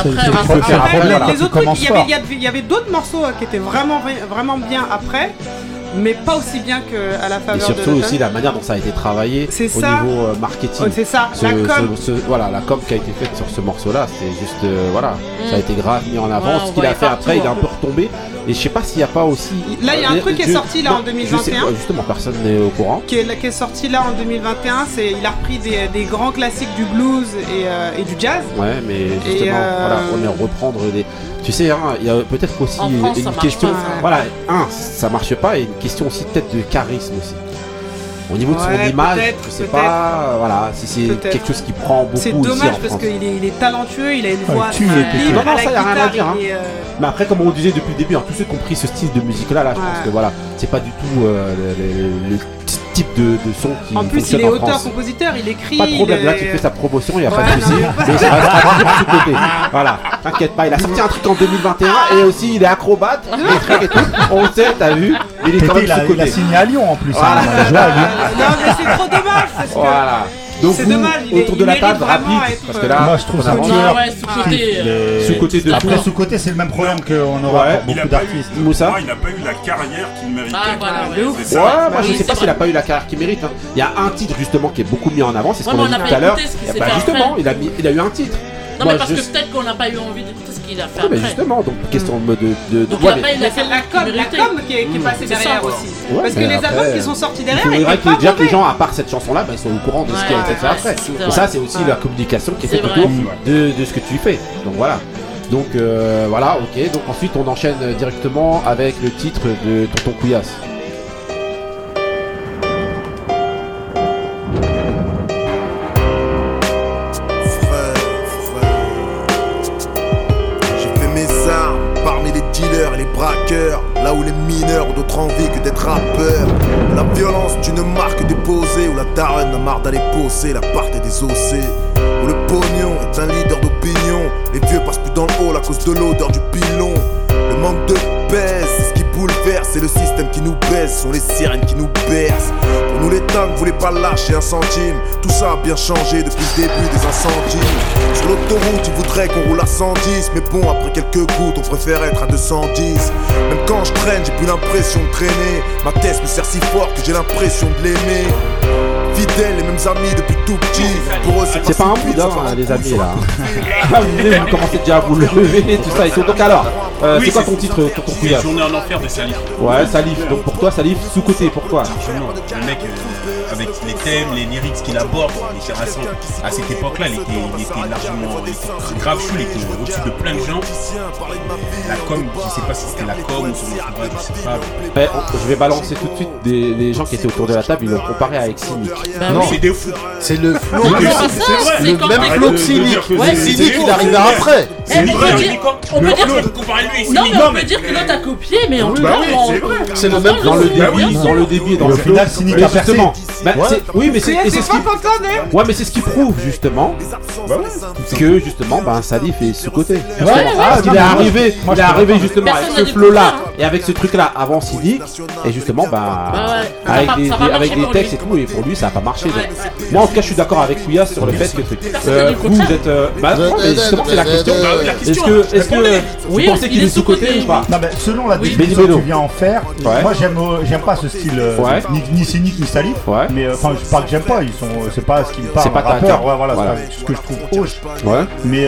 Les autres trucs, il y avait d'autres morceaux qui étaient vraiment bien après. Mais pas aussi bien qu'à la faveur de l'automne. Et surtout aussi la manière dont ça a été travaillé au niveau marketing. C'est ça, la com qui a été faite sur ce morceau-là, c'était juste, ça a été grave mis en avant. Ce qu'il a fait après, il est un peu retombé. Et je sais pas s'il n'y a pas aussi... Là, il y a un truc qui est sorti là en 2021. Justement, personne n'est au courant. Qui est sorti là en 2021, il a repris des grands classiques du blues et du jazz. Ouais, mais justement, on est reprendre des... Tu sais, il y a peut-être aussi une question. Voilà, ça marche pas, et une question aussi peut-être de charisme aussi. Au niveau de son image, je sais pas, voilà, si c'est quelque chose qui prend beaucoup. C'est dommage parce qu'il est talentueux, il a une voix libre. Non, ça y a rien à dire. Mais après, comme on disait depuis le début, tous ceux qui ont pris ce style de musique-là, je pense que voilà, c'est pas du tout le type de son qui en plus il est auteur-compositeur, il écrit. Pas de problème, là tu fais sa promotion, il n'y a pas de souci. Mais ça reste pas toujours sous-côté. Voilà, t'inquiète pas, il a sorti un truc en 2021 et aussi il est acrobate, et tout. On sait, t'as vu, il est quand même sous-côté. Il a signé à Lyon en plus. Voilà. Non mais c'est trop dommage parce que... Voilà. Donc c'est dommage, autour de la table, rapide, parce que là, moi je trouve ça sous-côté de après sous-côté, c'est le même problème qu'on aura pour beaucoup d'artistes. Moussa, il n'a pas eu la carrière qu'il méritait. Moi je sais pas s'il a pas eu la carrière qu'il mérite. Il y a un titre justement qui est beaucoup mis en avant, c'est ce qu'on a dit tout à l'heure. Justement, il a eu un titre. Non mais parce que peut-être qu'on n'a pas eu envie d'écouter ce qu'il a fait après. Mais justement, donc question de... Donc il a fait la com qui est passée derrière aussi. Parce que les albums qui sont sortis derrière, il faudrait déjà que les gens, à part cette chanson-là, ils sont au courant de ce qui a été fait après. Et ça, c'est aussi la communication qui est faite autour de ce que tu fais. Donc voilà. Donc voilà, ok. Donc ensuite, on enchaîne directement avec le titre de Tonton Couillasse. Là où les mineurs ont d'autres envies que d'être rappeurs. La violence d'une marque déposée, où la daronne a marre d'aller bosser, la part est désossée. Où le pognon est un leader d'opinion. Les vieux passent plus dans le hall à cause de l'odeur du pilon. Le manque de baisse, c'est ce qui bouleverse. C'est le système qui nous baisse, sont les sirènes qui nous bercent. Pour nous les tanks voulaient pas lâcher un centime. Tout ça a bien changé depuis le début des incendies. Sur l'autoroute, ils voudraient qu'on roule à 110. Mais bon, après quelques gouttes, on préfère être à 210. Même quand je traîne, j'ai plus l'impression de traîner. Ma tête me sert si fort que j'ai l'impression de l'aimer. Fidèles, les mêmes amis depuis tout petit. Pour eux, c'est pas un bout les amis là. Vous commencez déjà à vous lever, tout ça et tout. Donc alors, c'est quoi ton titre, ton couillasse? Journée en enfer de Salif. Ouais, Salif. Donc pour toi, Salif, sous-côté, pourquoi? Le mec, avec les thèmes, les lyrics qu'il aborde, à cette époque-là, il était largement grave chou, il était au-dessus de plein de gens. La com, je sais pas si c'était la com ou son entourage, je sais pas. Je vais balancer tout de suite les gens qui étaient autour de la table, ils l'ont comparé avec Cynic. Non, c'est des fous. C'est le flow. Le même flow que Cynic. Cynic, il arrive après. On peut dire que comparer lui et Cynic. Non, mais on peut dire que l'autre a copié, mais en tout cas, c'est le même dans le débit et dans le final, Cynic a percé. Oui, mais c'est ce qui... Ouais, mais c'est ce qui prouve justement que justement, Salif est sous-côté. Il est arrivé justement avec ce flow-là et avec ce truc-là avant Cynic, et justement, avec des textes et tout, et pour lui, ça a pas marché. Moi, en tout cas, je suis d'accord avec Couillasse sur le fait que vous êtes... justement, c'est la question. Est-ce que vous pensez qu'il est sous-côté ou pas? Non, mais selon la définition que tu viens en faire, moi, j'aime pas ce style, ni Cynic ni Salif. Mais enfin, je parle que j'aime pas, c'est pas ce qui me parle. C'est pas ta cœur. Voilà, c'est ce que je trouve hoche. Mais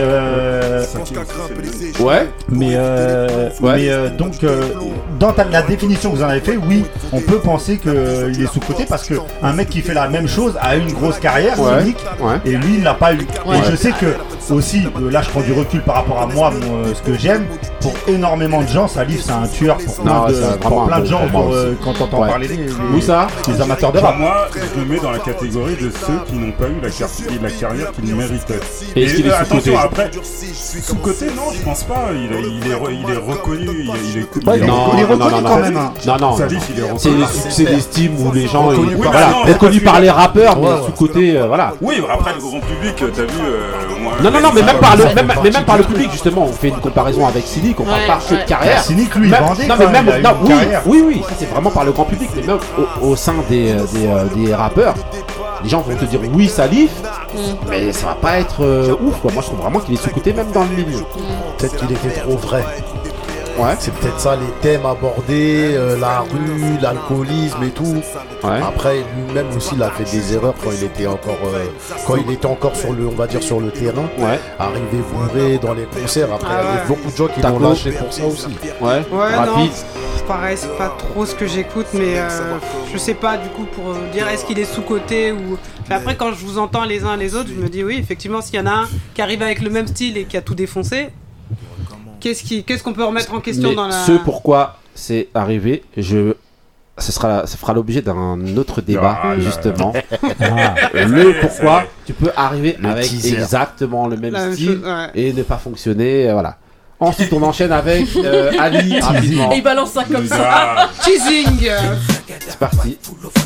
donc dans la définition que vous en avez fait, oui, on peut penser qu'il est sous-côté parce que un mec qui fait la même chose a une grosse carrière, Cynic, et lui il l'a pas eu. Et je sais que aussi, là je prends du recul par rapport à moi, ce que j'aime. Pour énormément de gens, Salif c'est un tueur pour plein de gens. Quand t'entends parler les amateurs de rap. Moi, je le mets dans la catégorie de ceux qui n'ont pas eu la carrière qu'ils méritaient. Et est-ce qu'il est sous-côté ? Attention, après, sous-côté, non, je pense pas. Il est reconnu. Il est reconnu quand même. Non. Salif, il est reconnu. C'est des styles où les gens reconnus par les rappeurs, mais sous-côté, voilà. Oui, après le grand public, t'as vu. Non, mais même par le public, justement, on fait une comparaison avec Cynic, on parle pas que de carrière. Cynic, lui, il vendait. Oui, ça c'est vraiment par le grand public, mais même au sein des rappeurs, les gens vont te dire oui, Salif, mais ça va pas être ouf, quoi. Moi, je trouve vraiment qu'il est sous-côté, même dans le milieu. Peut-être qu'il était trop vrai. Ouais. C'est peut-être ça les thèmes abordés, la rue, l'alcoolisme et tout. Ouais. Après lui-même aussi il a fait des erreurs quand il était encore sur le, on va dire sur le terrain. Ouais. Arrivé bourré dans les concerts. Après il y a beaucoup de gens qui l'ont lâché pour ça aussi. Ouais. Rapide. Non. Pareil, c'est pas trop ce que j'écoute, mais je sais pas du coup pour dire est-ce qu'il est sous-côté ou. Mais après quand je vous entends les uns les autres, je me dis oui effectivement s'il y en a un qui arrive avec le même style et qui a tout défoncé. Qu'est-ce qu'on peut remettre en question dans la... Ce pourquoi c'est arrivé, ça fera l'objet d'un autre débat, justement. Le pourquoi tu peux arriver avec exactement le même style et ne pas fonctionner, voilà. Ensuite, on enchaîne avec Ali, rapidement. Et il balance ça comme ça. Teasing. C'est parti.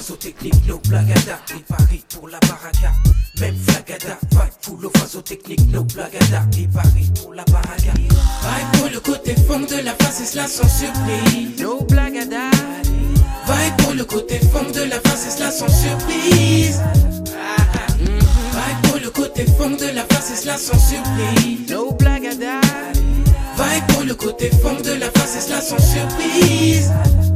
Même flagada, vibe full of phases techniques, no blagada, qui varie pour la baraga. Vibe pour le côté funk de la face, et cela sans surprise. No blagada. Vibe pour le côté funk de la face, et cela sans surprise. Vibe pour le côté funk de la face, et cela sans surprise. No blagada. Vibe pour le côté funk de la face, et cela sans surprise.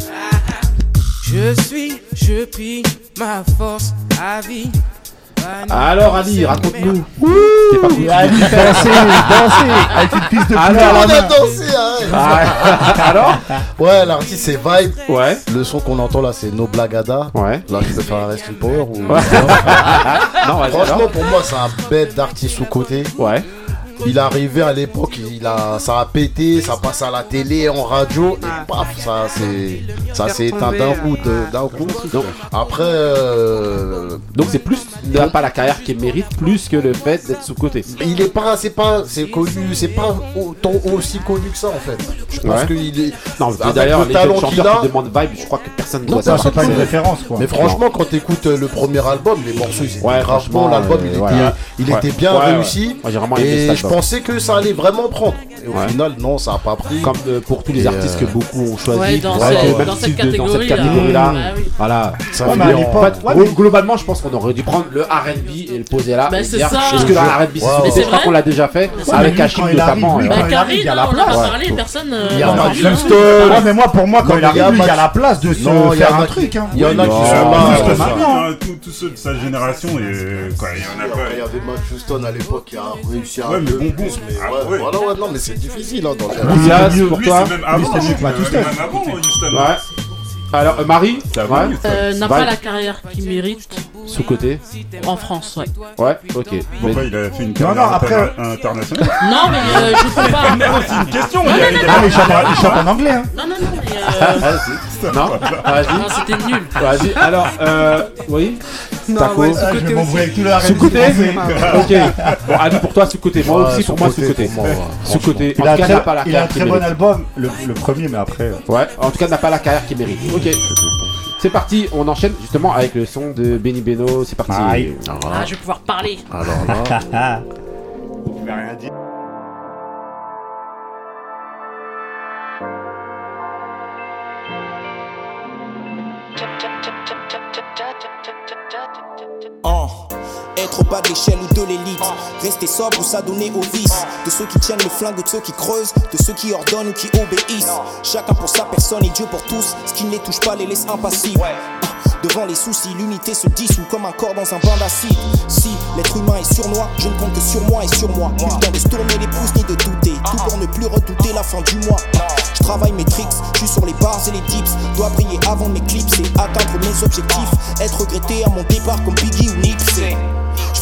Je puis ma force à vie. Alors Ali, raconte-nous. T'es pas cool. Ali, danser avec une piste de couleur. On a dansé, Alors ouais, l'artiste c'est Vibe. Ouais. Le son qu'on entend là c'est No Blagada. Ouais. Là je peux faire un Rest in Power ou... Non, franchement pour moi c'est un bête d'artiste sous-côté. Ouais. Il est arrivé à l'époque, ça a pété, ça passe à la télé, en radio, et paf, ça s'est éteint d'un coup. Donc, après, donc c'est plus, il n'a pas la carrière qu'il mérite, plus que le fait d'être sous-côté. Il est pas, c'est connu, c'est pas autant aussi connu que ça en fait. Je pense qu'il est. Non, d'ailleurs, les jeunes chanteurs qui demandent Vibe, je crois que personne ne doit savoir. C'est pas une référence quoi. Mais franchement, quand t'écoutes le premier album, les morceaux, ils étaient grave bons, l'album, il était bien réussi. Moi j'ai vraiment aimé ça. Je pensais que ça allait vraiment prendre. Et au final, non, ça n'a pas pris. Comme pour tous les artistes que beaucoup ont choisi. Dans cette catégorie-là. Voilà. Globalement, je pense qu'on aurait dû prendre le R&B et le poser là. C'est ça. Est-ce que le R&B c'est sous-côté ? Je crois qu'on l'a déjà fait. Avec Hachim notamment. Karine, on en a parlé, personne. Il y en a juste. Ouais, mais moi, pour moi, quand il arrive, il y a la place de se faire un truc. Il y en a qui sont là. Tous ceux de sa génération, il y en a pas. Il y avait Matt Houston à l'époque qui a réussi à. Ouais, mais bon. Voilà, non, mais c'est difficile hein, dans le pour toi. C'est même avant Houston. Ouais. Alors, Marie, n'a pas la carrière qu'il mérite. Sous-côté en France, ouais. Ouais, ok. Pourquoi il a fait une carrière internationale? Non, mais je sais pas. C'est une question. Il chante en anglais. Hein. Non. Non, vas-y. Non, c'était nul. Vas-y, alors, oui. Taco. Je m'embrouille avec tout le R&B. Sous-côté. Ok. Bon, Ali, pour toi, sous-côté. Moi aussi, pour moi, sous-côté. Sous-côté. En tout cas, n'a pas la carrière. Il a un très bon album, le premier, mais après. Ouais, en tout cas, n'a pas la carrière qu'il mérite. Ok. C'est parti, on enchaîne justement avec le son de Benny Beno. C'est parti. Je vais pouvoir parler. Alors là. Vous pouvez rien dire. Être au bas de l'échelle ou de l'élite, rester sobre ou s'adonner au vice, de ceux qui tiennent le flingue ou de ceux qui creusent, de ceux qui ordonnent ou qui obéissent. Chacun pour sa personne et Dieu pour tous, ce qui ne les touche pas les laisse impassibles. Devant les soucis, l'unité se dissout comme un corps dans un bain d'acide. Si l'être humain est sournois, je ne compte que sur moi et sur moi. Plus le temps de se tourner les pouces ni de douter, tout pour ne plus redouter la fin du mois. Je travaille mes tricks, je suis sur les bars et les dips. Dois briller avant de m'éclipser, atteindre mes objectifs, être regretté à mon départ comme Biggie ou Nipsey. Je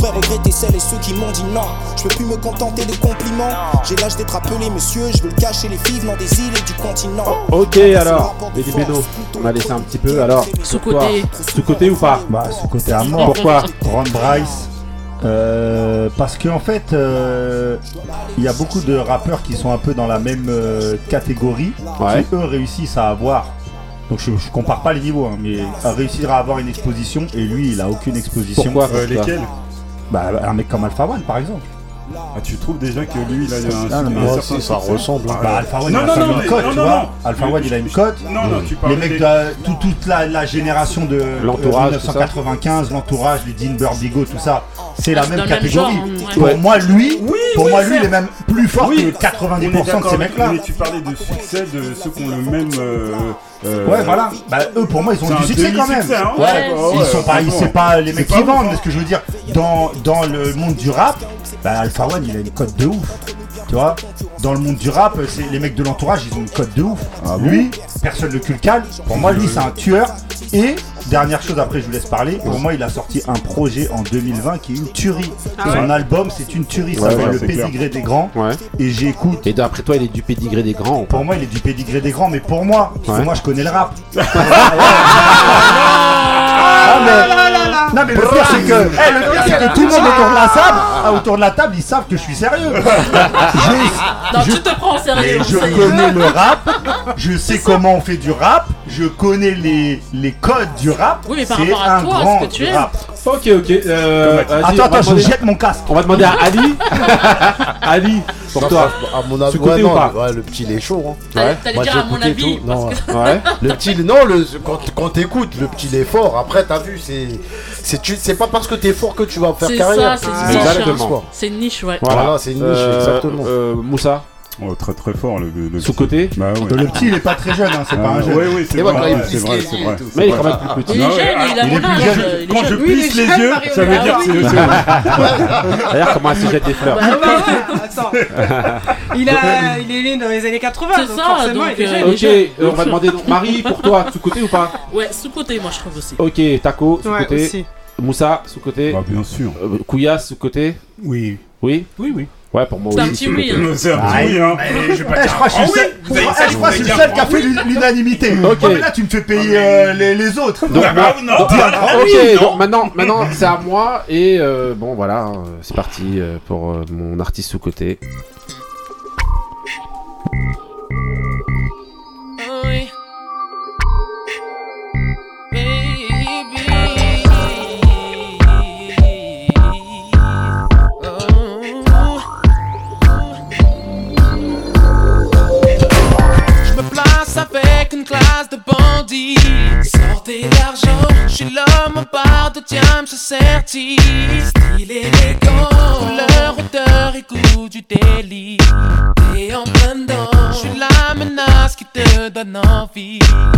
devrais regretter celles et ceux qui m'ont dit non. Je peux plus me contenter de compliments. J'ai l'âge d'être appelé monsieur, je veux le cacher les filles venant des îles et du continent. Ok alors, Benny Beno, on a laissé un petit peu alors. Sous-côté. Sous-côté ou pas? Bah sous-côté à mort. Pourquoi? Ron Bryce. Parce qu'en fait, il y a beaucoup de rappeurs qui sont un peu dans la même catégorie, qui eux réussissent à avoir. Donc je compare pas les niveaux, hein, mais à réussir à avoir une exposition et lui il a aucune exposition. Pourquoi lesquels? Bah un mec comme Alpha One par exemple. Ah, tu trouves déjà que lui il a un moi aussi ça ressemble. Bah Alpha One il a une cote, tu vois. Alpha One il a une cote. Tu parles les mecs de toute la génération de 1995, l'entourage, les Dean Burbigo, tout ça, c'est la même catégorie. Pour moi lui il est même plus fort que 90% de ces mecs là. Mais tu parlais de succès de ceux qui ont le même ouais voilà, bah eux pour moi ils ont du succès quand même. Ils sont pas, c'est pas les mecs qui vendent, mais ce que je veux dire dans le monde du rap, bah Alpha One il a une cote de ouf. Tu vois, dans le monde du rap, c'est les mecs de l'entourage, ils ont une cote de ouf. Lui, personne ne le cale. Pour moi, lui, c'est un tueur. Et dernière chose, après, je vous laisse parler. Pour moi, il a sorti un projet en 2020 qui est une tuerie. Son album, c'est une tuerie. Ça s'appelle Le Pédigré des Grands. Et j'écoute. Et d'après toi, il est du pédigré des grands? Pour moi, il est du pédigré des grands. Mais pour moi, moi, je connais le rap. Non mais le pire c'est que tout le monde autour de la table, ils savent que je suis sérieux. Tu te prends en sérieux. Je connais le rap, je sais comment on fait du rap, je connais les codes du rap. Oui mais par rapport à toi, ce que tu aimes. Ok. Attends, je jette mon casque. On va demander à Ali. Ali, pour toi. À mon avis, ou pas? Le petit il est chaud. T'allais dire à mon avis. Le petit, quand t'écoutes, le petit il est fort. Après t'as vu, c'est pas parce que t'es fort que tu vas faire carrière. C'est une niche, ouais. Voilà, c'est une niche, exactement. Moussa. Oh, très très fort le sous-côté. Bah, ouais. Le petit il est pas très jeune, hein, c'est pas un jeune. Oui, c'est vrai. Mais il est quand même plus petit. Il est jeune, il a mon âge. Quand je plisse les yeux, ça veut dire que c'est D'ailleurs, comment elle se jette des fleurs. Attends. Il est né dans les années 80. C'est ça, donc il est jeune. Ok, on va demander Marie pour toi, sous-côté ou pas? Ouais, sous-côté, moi je trouve aussi. Ok, Taco, sous-côté. Moussa, sous-côté. Bien sûr. Couillasse, sous-côté. Oui. Oui. Ouais, pour moi c'est un petit oui. C'est un petit oui, hein. Je crois que je suis le seul qui a fait l'unanimité. Ok. Là, tu me fais payer les autres. Donc, donc maintenant, c'est à moi. Et bon, voilà, c'est parti pour mon artiste sous-côté. Avec une classe de bandits, sortez l'argent, je suis l'homme en part de diamant, je certifie. Style élégant, couleur, odeur et goût du délit. Et en plein dedans, je suis la menace qui te donne envie.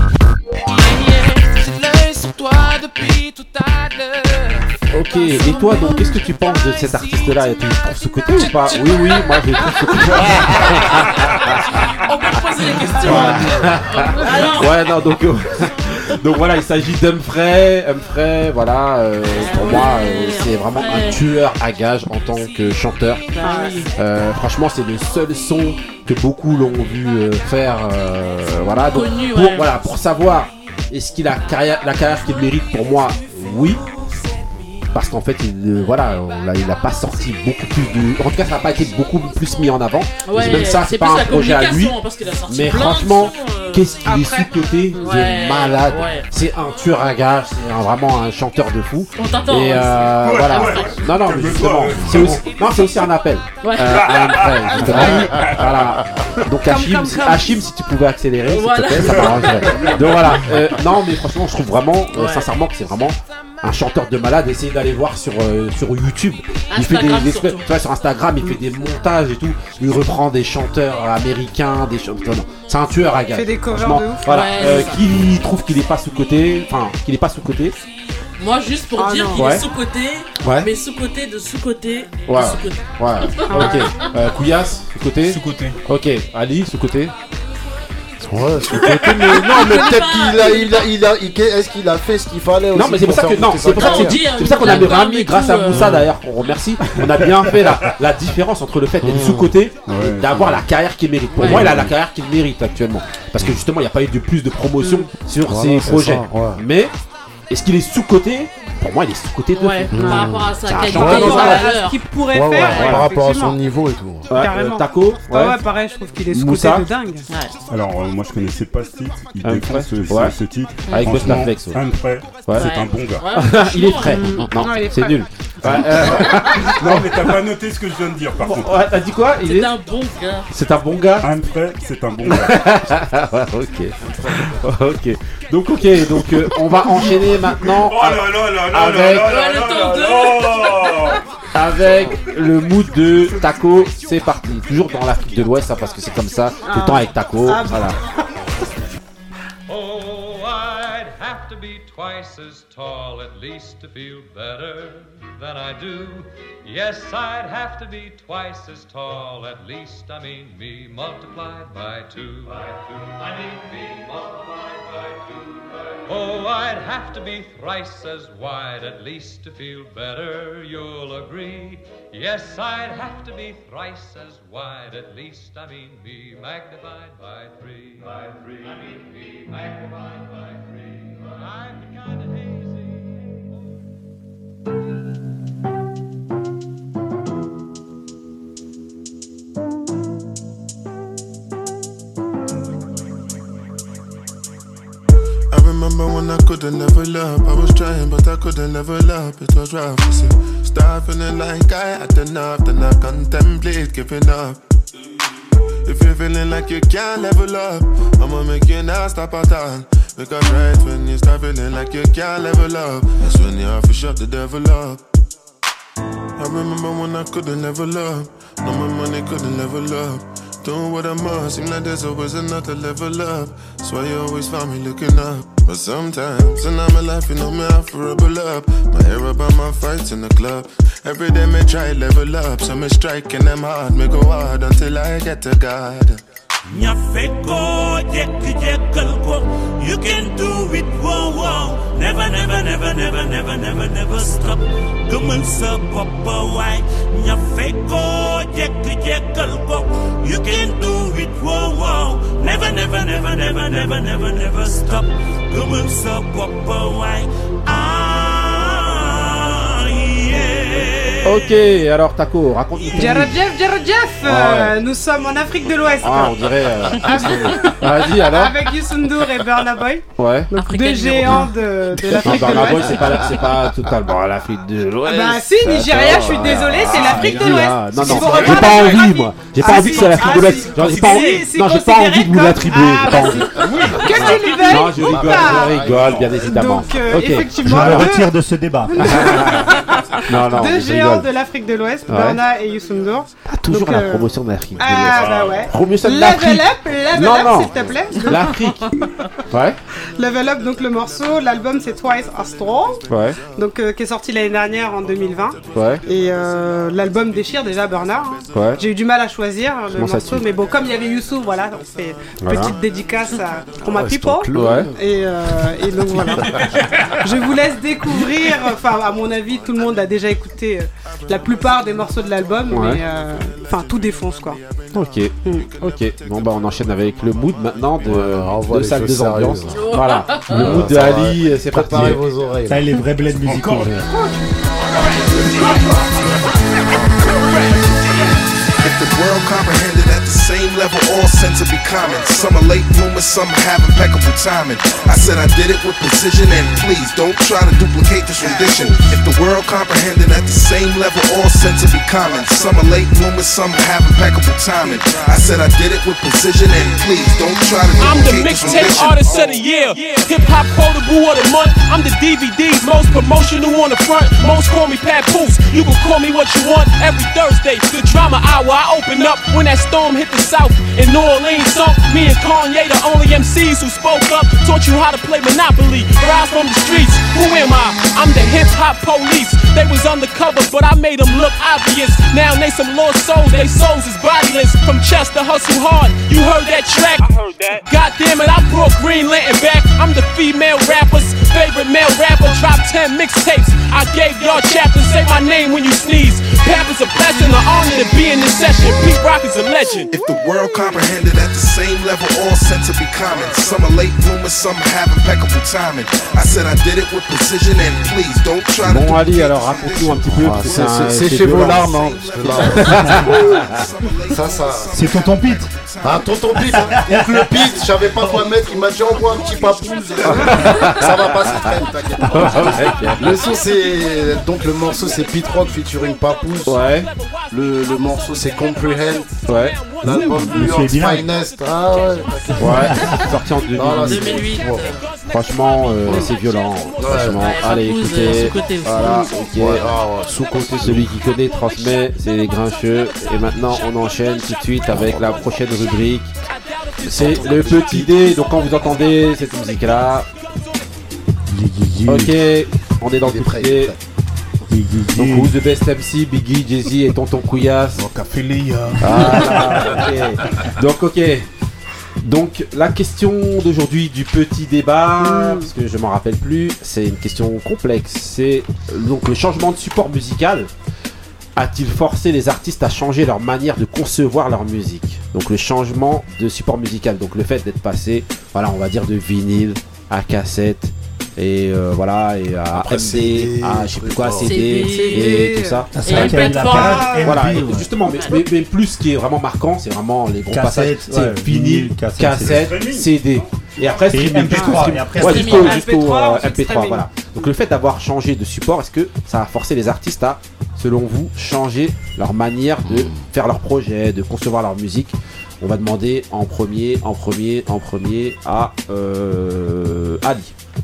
J'ai l'œil sur toi depuis tout à l'heure. Ok, et toi donc, qu'est-ce que tu penses de cet artiste-là? Tu le trouves sous-côté ou pas? Oui, moi je le trouve sous-côté. On peut poser les questions. Ouais, non, donc voilà, il s'agit d'Humphrey, voilà, pour moi, c'est vraiment un tueur à gages en tant que chanteur. Franchement, c'est le seul son que beaucoup l'ont vu faire, voilà. Donc, pour savoir, est-ce qu'il a la carrière qu'il mérite, pour moi, oui. Parce qu'en fait, il a pas sorti beaucoup plus de... En tout cas, ça n'a pas été beaucoup plus mis en avant. Ouais, même ça, c'est pas un projet à lui. Mais franchement, qu'est-ce qu'il est sous-côté de malade. C'est un tueur à gages, c'est vraiment un chanteur de fou. On t'entend. Et voilà. Non, mais justement, c'est aussi un appel. À Humphrey, justement. Voilà. Donc Hachim, si tu pouvais accélérer, s'il te plaît, ça m'arrangerait. Donc voilà. Non, mais franchement, je trouve vraiment, sincèrement, que c'est vraiment un chanteur de malade. Essayez d'aller voir sur YouTube. Il fait tu vois, sur Instagram, il fait des montages et tout. Il reprend des chanteurs américains, des chanteurs. C'est un tueur à gages. Il fait des covers de ouf. Voilà. Qui trouve qu'il est pas sous-côté, Moi, juste pour dire qu'il est sous-côté, mais sous-côté de sous-côté. Ouais. Ok. Couillasse, sous-côté. Sous-côté. Ok. Ali, sous-côté. Ouais, mais peut-être est-ce qu'il a fait ce qu'il fallait aussi. Non, mais c'est pour ça qu'on a mis Rami grâce à Moussa d'ailleurs, qu'on remercie. On a bien fait la différence entre le fait d'être sous-côté et d'avoir la carrière qu'il mérite. Pour moi, il a la carrière qu'il mérite actuellement. Parce que justement, il n'y a pas eu de plus de promotion sur ses projets. Mais est-ce qu'il est sous-côté? Pour moi, il est sous-côté de par rapport à sa qualité, ce qu'il pourrait faire. Par rapport à son niveau et tout. Taco, ouais, pareil, je trouve qu'il est sous-côté de dingue. Alors, moi, je connaissais pas ce titre. Il défend ce titre. Avec Bustaflex. C'est un bon gars. Il est frais. Non, c'est nul. Non, mais t'as pas noté ce que je viens de dire, par contre. Ouais, t'as dit quoi? C'est un bon gars. C'est un bon gars. C'est un bon gars. Ok. Donc, on va enchaîner maintenant. Oh là là. Avec le mood de Taco, c'est parti. Toujours dans l'Afrique de l'Ouest, parce que c'est comme ça, tout le temps avec Taco. Voilà. Oh, I'd have to be twice as tall at least to feel better than I do. Yes, I'd have to be twice as tall at least. I mean me multiplied by 2. I mean me multiplied by 2. Oh, I'd have to be thrice as wide at least to feel better, you'll agree. Yes, I'd have to be thrice as wide at least. I mean me magnified by 3. I mean me magnified by 3. I've been kind of hazy. Remember when I couldn't level up? I was trying, but I couldn't level up. It was rough. I said, start feeling like I had enough, then I contemplate giving up. If you're feeling like you can't level up, I'ma make you not stop at all. Because right when you start feeling like you can't level up, that's when you have to shut the devil up. I remember when I couldn't level up, no my money couldn't level up. Doing what I must, seem like there's always another level up. That's why you always find me looking up. But sometimes, and I'm alive, you know me, I rebel up. My hair about my fights in the club. Every day me try level up, so me striking them hard, me go hard until I get to God. Nyafeko, you can do it, whoa. Never, never, never, never, never, never, never stop. Come on, sir, Papa, why? Nyafeko, you can do it, whoa. Never, never, never, never, never, never, never stop. Come on, sir, Papa, why? Ok, alors Taco, raconte-nous. Jared Jeff, nous sommes en Afrique de l'Ouest. Ah, on dirait. Vas-y alors. Avec Youssou N'Dour et Burna Boy. Ouais. Donc deux géants de l'Afrique de Burna Boy, l'Ouest. c'est pas totalement l'Afrique de l'Ouest. Bah si, Nigeria, je suis désolé, c'est l'Afrique de l'Ouest. Non, j'ai pas envie, moi. J'ai pas envie que c'est l'Afrique de l'Ouest. J'ai pas envie de vous l'attribuer. Que tu le veuilles. Non, je rigole, bien évidemment. Donc, effectivement. Je me retire de ce débat. Non, deux géants de l'Afrique de l'Ouest, Burna et Youssou N'Dour. Toujours la promotion de l'Afrique de l'Ouest. Ah bah ouais. Promotion de l'Afrique. Level Up, s'il te plaît. L'Afrique. Ouais. Level Up, donc le morceau, l'album c'est Twice as Strong. Ouais. Donc qui est sorti l'année dernière en 2020. Ouais. Et l'album déchire déjà Burna. Ouais. J'ai eu du mal à choisir le morceau, mais bon, comme il y avait Youssou, voilà, on fait petite dédicace pour ma people. Ouais. Et donc voilà. Je vous laisse découvrir, enfin à mon avis tout le monde a déjà écouté la plupart des morceaux de l'album, mais enfin tout défonce quoi. Ok. Bon bah on enchaîne avec le mood maintenant de salle des ambiances. Voilà. Le mood de Ali, c'est parti. Préparez vos oreilles. Ça, les vrais blends musicaux. If the world comprehended at the same level, all sense would be common. Some are late bloomers, some have impeccable timing. I said I did it with precision, and please don't try to duplicate this rendition. If the world comprehended at the same level, all sense would be common. Some are late bloomers, some have impeccable timing. I said I did it with precision, and please don't try to duplicate this rendition. I'm the mixtape artist of the year, hip hop quotable of the month. I'm the DVD's most promotional on the front. Most call me Pat Poose. You can call me what you want. Every Thursday, the drama hour. I open up when that storm hit the south. In New Orleans, sunk. Me and Kanye, the only MCs who spoke up. Taught you how to play Monopoly. Rise from the streets. Who am I? I'm the hip hop police. They was undercover, but I made them look obvious. Now they some lost souls, they souls is bodiless. From Chester, hustle hard. You heard that track? I heard that. God damn it, I brought Green Lantern back. I'm the female rapper's favorite male rapper. Drop 10 mixtapes. I gave y'all chapters. Say my name when you sneeze. Pap is a blessing, an honor to be in this session. Pete Rock is a legend. If the world comprehended at the same level, all said to be common. Some are late bloomers, some have impeccable timing. I said I did it with precision and please don't try to. Bon Ali, alors raconte-nous un petit peu. C'est chez vos larmes, hein. Ça. C'est tonton Pete. Ah, tonton Pete, oncle Pete, je savais pas quoi mettre, il m'a dit envoie un petit papouze. Ça va passer très vite, t'inquiète pas. Le son c'est. Donc le morceau c'est Pete Rock featuring Papoose. Ouais. Le morceau c'est Comprehend. Ouais. L'album New York's Finest. Ah ouais. Ouais. Sorti en 2008. Franchement, c'est violent. Franchement, allez écoutez. Voilà. Ok. Sous-côté. Celui qui connaît transmet. C'est les grincheux. Et maintenant on enchaîne tout de suite avec la prochaine rubrique. C'est le petit dé. Donc quand vous entendez cette musique là. Ok. On est dans le petit dé. Donc Who's the Best MC, Biggie, Jay-Z et Tonton Couillasse. Donc ok. Donc la question d'aujourd'hui du petit débat, parce que je m'en rappelle plus, c'est une question complexe. C'est donc le changement de support musical a-t-il forcé les artistes à changer leur manière de concevoir leur musique? Donc le changement de support musical, donc le fait d'être passé, voilà, on va dire de vinyle à cassette. Et voilà, et à MD, à je sais plus quoi, CD et tout ça. Voilà, et justement, mais plus ce qui est vraiment marquant, c'est vraiment les gros passages, c'est vinyle, cassette, CD. Et après, c'est MP3. Jusqu'au MP3, voilà. Donc le fait d'avoir changé de support, est-ce que ça a forcé les artistes à, selon vous, changer leur manière de faire leur projet, de concevoir leur musique? On va demander en premier à Ali.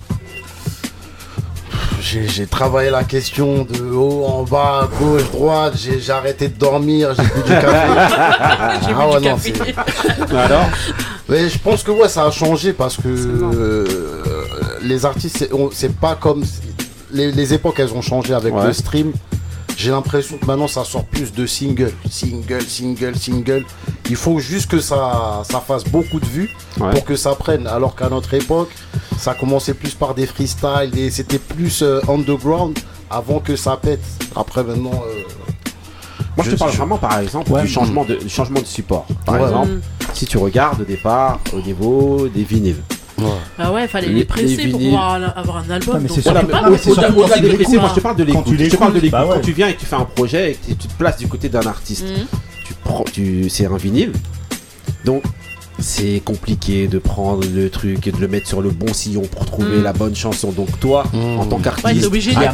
J'ai travaillé la question de haut en bas, gauche, droite, j'ai arrêté de dormir, j'ai bu du café. Alors mais je pense que ça a changé parce que les artistes, c'est pas comme les époques, elles ont changé avec le stream. J'ai l'impression que maintenant ça sort plus de single. Il faut juste que ça fasse beaucoup de vues pour que ça prenne. Alors qu'à notre époque, ça commençait plus par des freestyles, c'était plus underground avant que ça pète. Après maintenant... Moi je te parle vraiment par exemple du changement de support. Par exemple, si tu regardes au départ au niveau des vinyles. Ah ouais, fallait les presser pour pouvoir avoir un album. Au-delà des presser, moi je te parle de l'écoute. Quand tu viens et que tu fais un projet et que tu te places du côté d'un artiste, c'est un vinyle. Donc c'est compliqué de prendre le truc et de le mettre sur le bon sillon pour trouver la bonne chanson. Donc toi, en tant qu'artiste,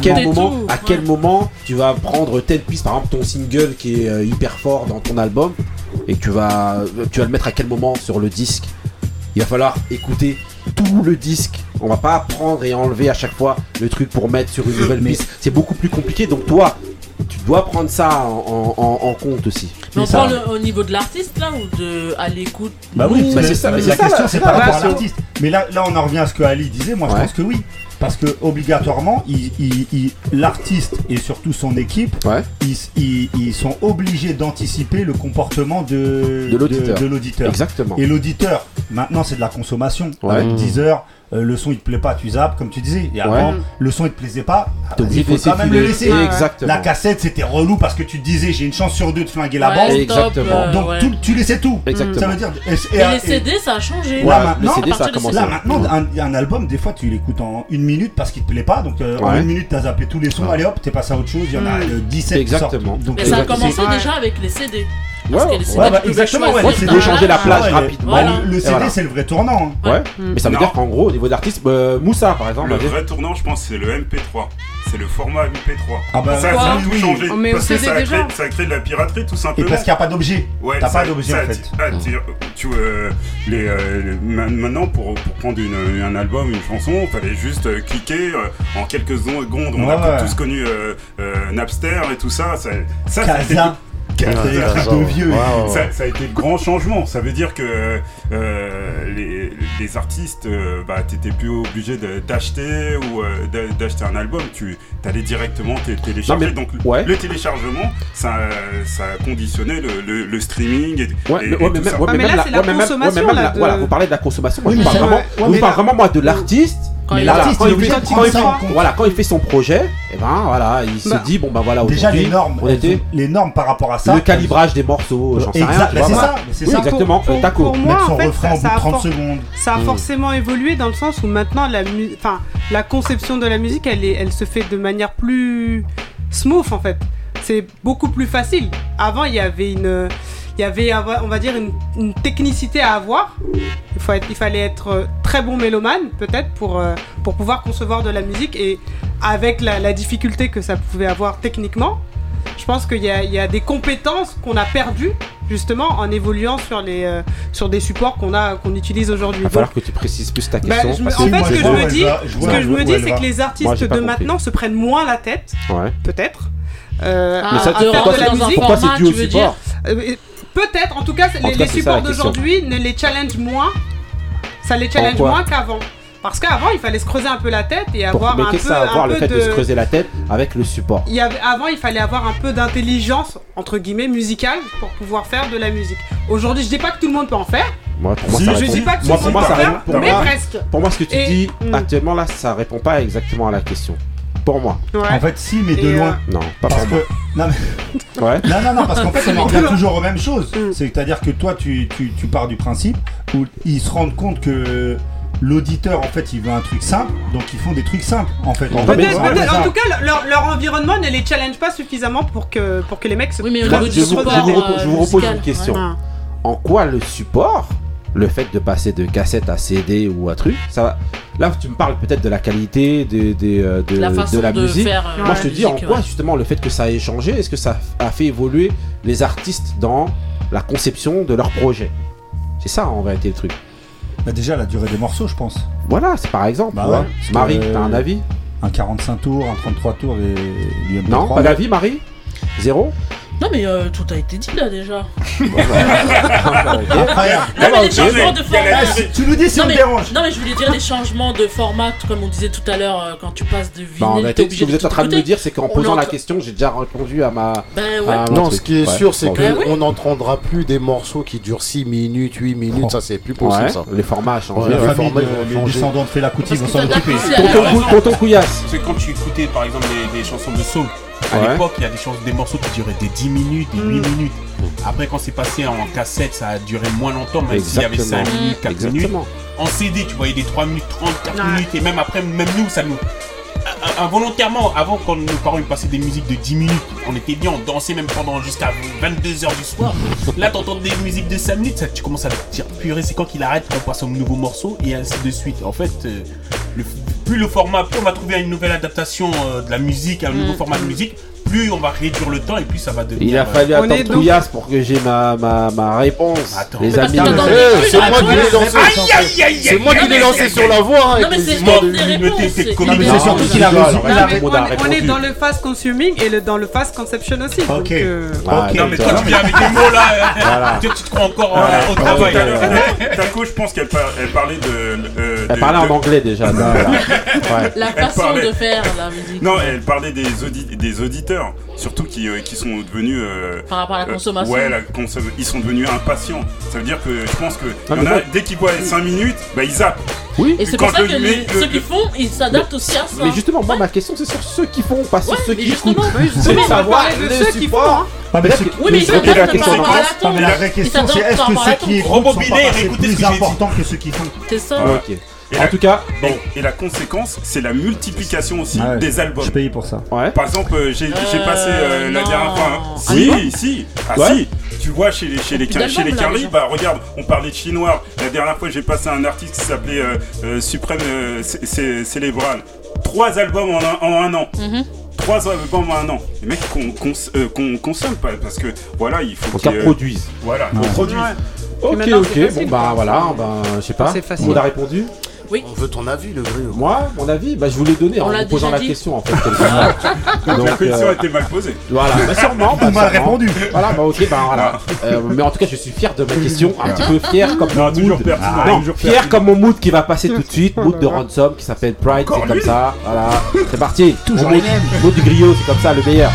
à quel moment tu vas prendre telle piste, par exemple ton single qui est hyper fort dans ton album, et que tu vas le mettre à quel moment sur le disque? Il va falloir écouter tout le disque. On va pas prendre et enlever à chaque fois le truc pour mettre sur une nouvelle piste. C'est beaucoup plus compliqué. Donc toi, tu dois prendre ça en compte aussi. Mais on parle au niveau de l'artiste là ou à l'écoute? Bah oui, c'est ça. La question c'est par rapport à l'artiste. Mais là on en revient à ce que Ali disait. Moi je pense que oui. Parce que obligatoirement, l'artiste et surtout son équipe, ils sont obligés d'anticiper le comportement de l'auditeur. Exactement. Et l'auditeur, maintenant c'est de la consommation. Avec Deezer, le son il te plaît pas, tu zappes comme tu disais. Et avant, le son il te plaisait pas, il faut quand même le laisser. Exactement. La cassette c'était relou parce que tu te disais j'ai une chance sur deux de flinguer la bande. Exactement. Donc tu laissais tout. Exactement. Ça veut dire. Et les CD ça a changé. Maintenant, le CD ça a commencé. Là maintenant un album des fois tu l'écoutes en une minute parce qu'il te plaît pas, donc en une minute t'as zappé tous les sons, allez hop t'es passé à autre chose, il y en a 17 qui sortent. Mais ça a commencé déjà avec les CD. Exactement, c'est de changer la plage rapidement. Le CD c'est le vrai tournant. Mais ça veut dire qu'en gros au niveau d'artiste, Moussa par exemple. Le vrai tournant je pense c'est le MP3. C'est le format MP3. Ça a tout changé. Parce que ça a créé de la piraterie tout simplement. Et parce qu'il n'y a pas d'objet. T'as pas d'objet en fait. Maintenant pour prendre un album, une chanson, il fallait juste cliquer en quelques secondes. On a tous connu Napster et tout ça. de vieux. Ça a été le grand changement. Ça veut dire que les artistes, t'étais plus obligé d'acheter ou d'acheter un album. Tu allais directement télécharger. Donc le téléchargement, ça conditionnait le streaming et tout ça. Mais là, c'est la consommation. Voilà, vous parlez de la consommation. Moi, je parle vraiment moi de l'artiste. Mais l'artiste, quand il fait son projet, et ben voilà, il se dit bon bah voilà, déjà les normes par rapport à ça, le calibrage des morceaux, j'en sais rien. C'est ça, exactement. Pour moi, en fait, ça a secondes. Forcément évolué dans le sens où maintenant la conception de la musique, elle se fait de manière plus smooth en fait. C'est beaucoup plus facile. Avant, il y avait on va dire une technicité à avoir. Il fallait être très bon mélomane peut-être pour pouvoir concevoir de la musique, et avec la difficulté que ça pouvait avoir techniquement, je pense qu'il y a des compétences qu'on a perdues justement en évoluant sur des supports qu'on utilise aujourd'hui. Il va falloir que tu précises plus ta question. En fait, ce que je me dis, c'est que les artistes de maintenant se prennent moins la tête, peut-être. Mais ça, pourquoi c'est dû au support? Peut-être, en tout cas, les supports d'aujourd'hui ne les challenge moins. Ça les challenge moins qu'avant. Parce qu'avant, il fallait se creuser un peu la tête et avoir mais qu'est-ce que ça a à voir le fait de se creuser la tête avec le support? Avant, il fallait avoir un peu d'intelligence, entre guillemets, musicale pour pouvoir faire de la musique. Aujourd'hui, je dis pas que tout le monde peut en faire. Moi, pour moi, ça dis pas que tout le monde peut en faire, mais presque. Pour moi, ce que tu dis actuellement là, ça répond pas exactement à la question. Pour moi. En fait, si, mais de loin. Non, pas pour moi. Non, parce qu'en fait, on revient toujours aux mêmes choses. C'est-à-dire que toi, tu pars du principe où ils se rendent compte que l'auditeur, en fait, il veut un truc simple, donc ils font des trucs simples, en fait. En tout cas, leur environnement ne les challenge pas suffisamment pour que les mecs se... Oui, mais je vous repose une question. En quoi le support, le fait de passer de cassette à CD ou à truc, ça va... Là, tu me parles peut-être de la qualité de la musique. Moi, je te dis en quoi justement le fait que ça ait changé, est-ce que ça a fait évoluer les artistes dans la conception de leur projet? C'est ça en réalité le truc. Déjà la durée des morceaux, je pense. Voilà, c'est par exemple. Marie, t'as un avis? Un 45 tours, un 33 tours et l'UMP3. Non, pas d'avis, Marie? Zéro? Non mais tout a été dit là déjà. Tu nous dis si on dérange. Non mais je voulais dire les changements de format, comme on disait tout à l'heure, quand tu passes de vinyle, t'es obligé ce que vous êtes en train de me dire, c'est qu'en posant la question, j'ai déjà répondu à ma... Non, ce qui est sûr, c'est qu'on n'entendra plus des morceaux qui durent 6 minutes, 8 minutes, ça c'est plus possible ça. Les formats changent. Les descendants de Fela Kuti vont s'en occuper. Tonton Couillasse. C'est quand tu écoutais par exemple des chansons de soul. À l'époque, il y a des morceaux qui duraient des 10 minutes, des 8 minutes. Après, quand c'est passé en cassette, ça a duré moins longtemps, même s'il y avait 5 minutes, 4 minutes. En CD, tu voyais des 3 minutes 30, 4 minutes. Et même après, même nous, ça nous... Involontairement, avant, quand nos parents passaient des musiques de 10 minutes, on était bien, on dansait même pendant jusqu'à 22h du soir. Là, t'entends des musiques de 5 minutes, tu commences à te dire, purée, c'est quand qu'il arrête qu'on passe au nouveau morceau, et ainsi de suite. En fait, plus le format, plus on va trouver une nouvelle adaptation de la musique, un nouveau format de musique, plus on va réduire le temps et plus ça va devenir... Il a fallu attendre Couillasse pour que j'ai ma réponse. Attends, les amis. C'est moi qui l'ai lancé. C'est moi qui l'ai lancé sur la voix. Non mais c'est surtout qu'il a raison. On est dans le fast consuming et dans le fast conception aussi. Ok. Non mais toi tu viens avec des mots là. Tu te crois encore au travail. Taco, je pense qu'elle parlait de... Elle parlait en anglais déjà. La façon de faire la musique. Non, elle parlait des auditeurs. Surtout qui sont devenus... par rapport à la consommation. Ouais, ils sont devenus impatients. Ça veut dire que je pense que dès qu'ils voient 5 minutes, ils zappent. Oui. Et c'est pour ça que ceux qui font, ils s'adaptent aussi à ça. Mais justement, moi, ma question, c'est sur ceux qui font, pas sur ceux qui écoutent. C'est de savoir les supports. Oui, mais la vraie question, c'est est-ce que ceux qui écoutent sont pas plus importants que ceux qui font? C'est ça. En tout cas, et la conséquence, c'est la multiplication aussi des albums. Je paye pour ça. Par exemple, j'ai passé la dernière fois. Si. Tu vois, chez les Carly, regarde, on parlait de chinois. La dernière fois, j'ai passé un artiste qui s'appelait Suprême Célébral. 3 albums en un an. 3 albums en un an. Les mecs consomment pas parce que voilà, il faut qu'ils produisent. Voilà, qu'on produise. Ok, bon voilà, je sais pas. C'est facile. On a répondu. Oui. On veut ton avis, le griot. Moi, mon avis, bah, je vous l'ai donné en vous posant la question en fait. Donc la question a été mal posée. Voilà, bah, sûrement. Ou mal répondu. Voilà, bah ok, bah voilà. Mais en tout cas, je suis fier de ma question, un petit peu fier comme mon mood. Non, fier comme mon mood qui va passer tout de suite, mood de Ransom qui s'appelle Pride, c'est comme ça. Voilà, c'est parti. Toujours mood du griot, c'est comme ça, le meilleur.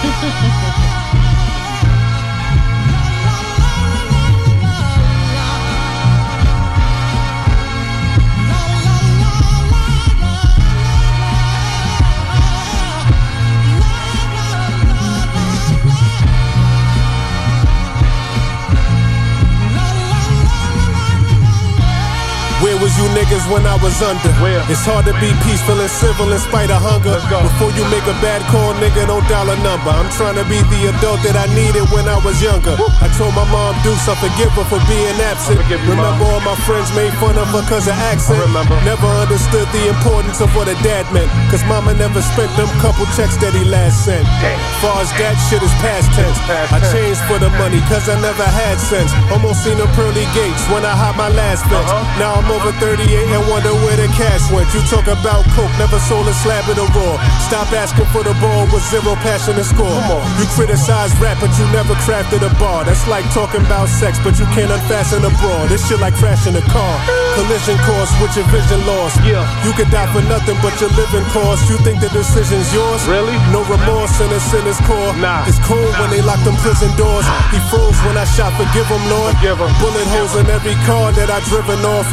Where was you niggas when I was under? Where? It's hard to be peaceful and civil in spite of hunger. Before you make a bad call, nigga, don't dial a number. I'm trying to be the adult that I needed when I was younger. I told my mom, Deuce, I forgive her for being absent. Remember all my friends made fun of her cause of accent. Never understood the importance of what a dad meant. Cause mama never spent them couple checks that he last sent. Far as that shit is past tense. I changed for the money cause I never had sense. Almost seen the pearly gates when I hopped my last fence. Now I'm over 38 and wonder where the cash went. You talk about coke, never sold a slab of the raw. Stop asking for the ball with zero passion to score. You criticize rap but you never crafted a bar. That's like talking about sex but you can't unfasten a bra. This shit like crashing a car. Collision course with your vision lost. You could die for nothing but your living cost. You think the decision's yours? Really? No remorse in a sinner's core. It's cold when they lock them prison doors. He froze when I shot, forgive him, Lord. Bullet holes in every car that I driven off.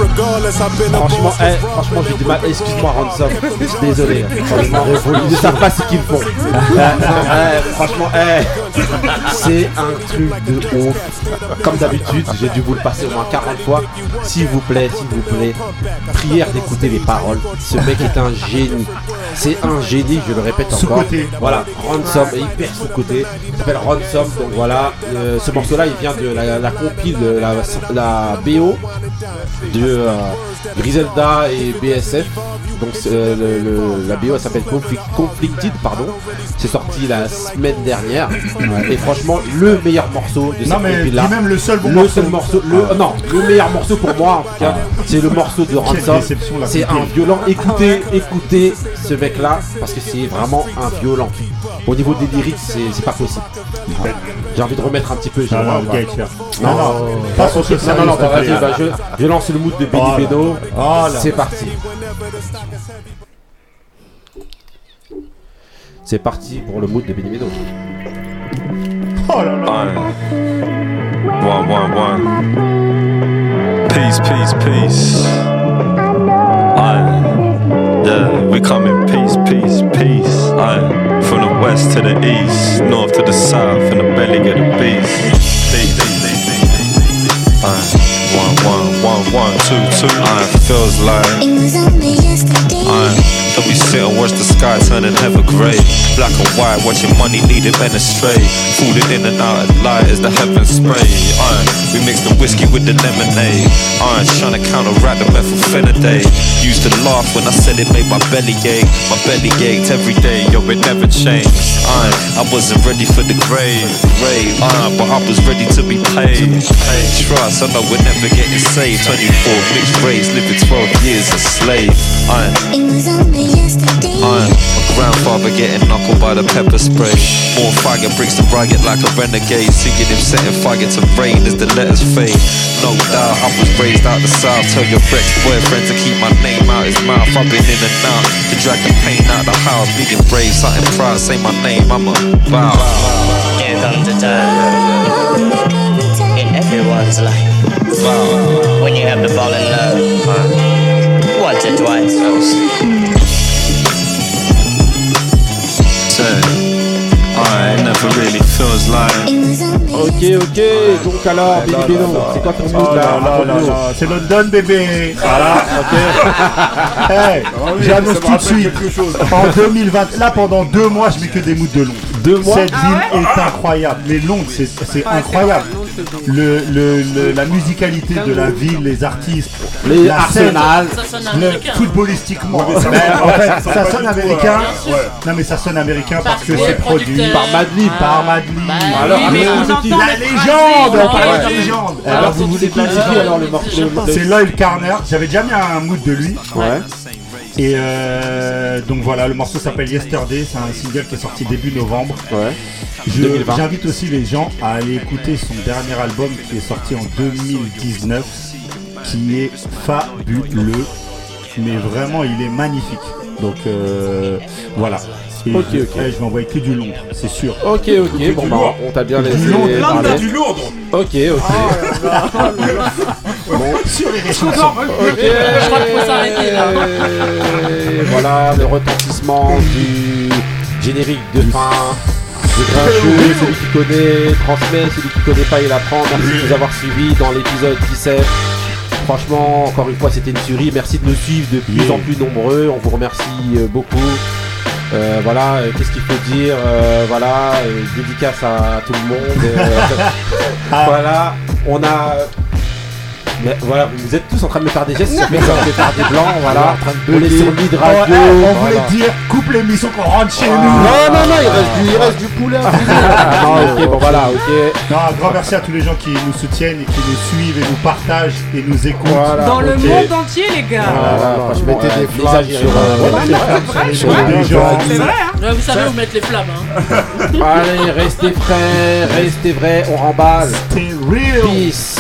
Franchement, j'ai du mal. Excuse-moi, Ransom. Je suis désolé. Franchement, ils ne savent pas ce qu'ils font. Franchement, c'est un truc de ouf. Comme d'habitude, j'ai dû vous le passer au moins 40 fois. S'il vous plaît, prière d'écouter les paroles. Ce mec est un génie. C'est un génie, je le répète encore. Sous-côté. Voilà, Ransom est hyper sous-côté. Il s'appelle Ransom. Donc voilà, ce morceau-là, il vient de la compile de la BO de Griselda et BSF. Donc la BO s'appelle Conflicted, pardon. C'est sorti la semaine dernière. Et franchement, le meilleur morceau de cette compile-là. Même le seul bon morceau. Non, le meilleur morceau pour moi en tout cas, c'est le morceau de Ransom. C'est un violent. Écoutez ce mec-là parce que c'est vraiment un violent. Au niveau des lyrics, c'est pas possible. J'ai envie de remettre un petit peu. Je lance le mood de Benny Beno. C'est parti. C'est parti pour le mood de Benny Beno. Oh là là. One. Peace. Yeah, we come in peace. From the west to the east, north to the south, in the belly of the beast. One, two. Feels like that we sit and watch the sky turning ever grey. Black and white, watching money leading men astray. Falling in and out of light as the heavens spray. We mix the whiskey with the lemonade. Trying to counteract the methylphenidate. Used to laugh when I said it made my belly ache. My belly ached every day, yo, it never changed. I wasn't ready for the grave. But I was ready to be paid. Trust, I know we're never getting saved. 24 mixed race, living 12 years a slave. My grandfather getting knuckled by the pepper spray. More fire bricks than riot like a renegade. Singing him setting fire to rain as the letters fade. No doubt I was raised out the south. Tell your ex-boyfriend to keep my name out his mouth. I've been in and out to drag the pain out the house. Being brave, something proud, say my name, I'm a bow. Here comes the time in everyone's life. Wow. When you have to fall in love once or twice. It never really feels like. Ok, donc alors, Benny Beno, c'est quoi ton mood là? C'est London, bébé. Voilà, ok. Hey, j'annonce tout de suite. En 2020, là pendant 2 mois, je mets que des moods de Londres. 2 mois. Cette ville est incroyable. Les Londres, c'est incroyable. la musicalité de la ville, les artistes, les la Arsenal, footballistiquement. Ouais, ça sonne américain. Non mais ça sonne américain parce que c'est produit par Madlib. Alors, la légende, on parle de la légende. Alors vous voulez classifier alors le morceau. C'est Loyal Carner. J'avais déjà mis un mood de lui. Ouais. Et donc voilà, le morceau s'appelle Yesterday, c'est un single qui est sorti début novembre. Ouais. J'invite aussi les gens à aller écouter son dernier album qui est sorti en 2019, qui est fabuleux, mais vraiment il est magnifique. Donc voilà. Et ok. Je vais envoyer que du Londres, c'est sûr. Ok. Bon bah on t'a bien laissé parler. Du Lourdes. Ok. Bon, sur les chansons. Je crois qu'il faut s'arrêter là. Voilà le retentissement du générique de fin. Le grincheux, celui qui connaît transmet, celui qui connaît pas il apprend. Merci de nous avoir suivis dans l'épisode 17. Franchement, encore une fois, c'était une tuerie. Merci de nous suivre de plus en plus nombreux. On vous remercie beaucoup. Voilà, qu'est-ce qu'il faut dire, voilà, dédicace à tout le monde. Voilà, on a. Mais voilà, vous êtes tous en train de me faire des gestes, ça fait comme de faire des blancs, voilà. On est sur Nid Radio. On voulait dire, coupe l'émission qu'on rentre chez nous. Non, il reste du poulet. Ok, bon voilà, ok. Non, un grand merci à tous les gens qui nous soutiennent et qui nous suivent et nous partagent et nous écoutent. Voilà, dans le monde entier, les gars. Voilà, je mettais des flammes sur les gens. C'est vrai, hein. Vous savez où mettre les flammes, hein. Allez, restez frais, restez vrais, on remballe. Stay real. Peace.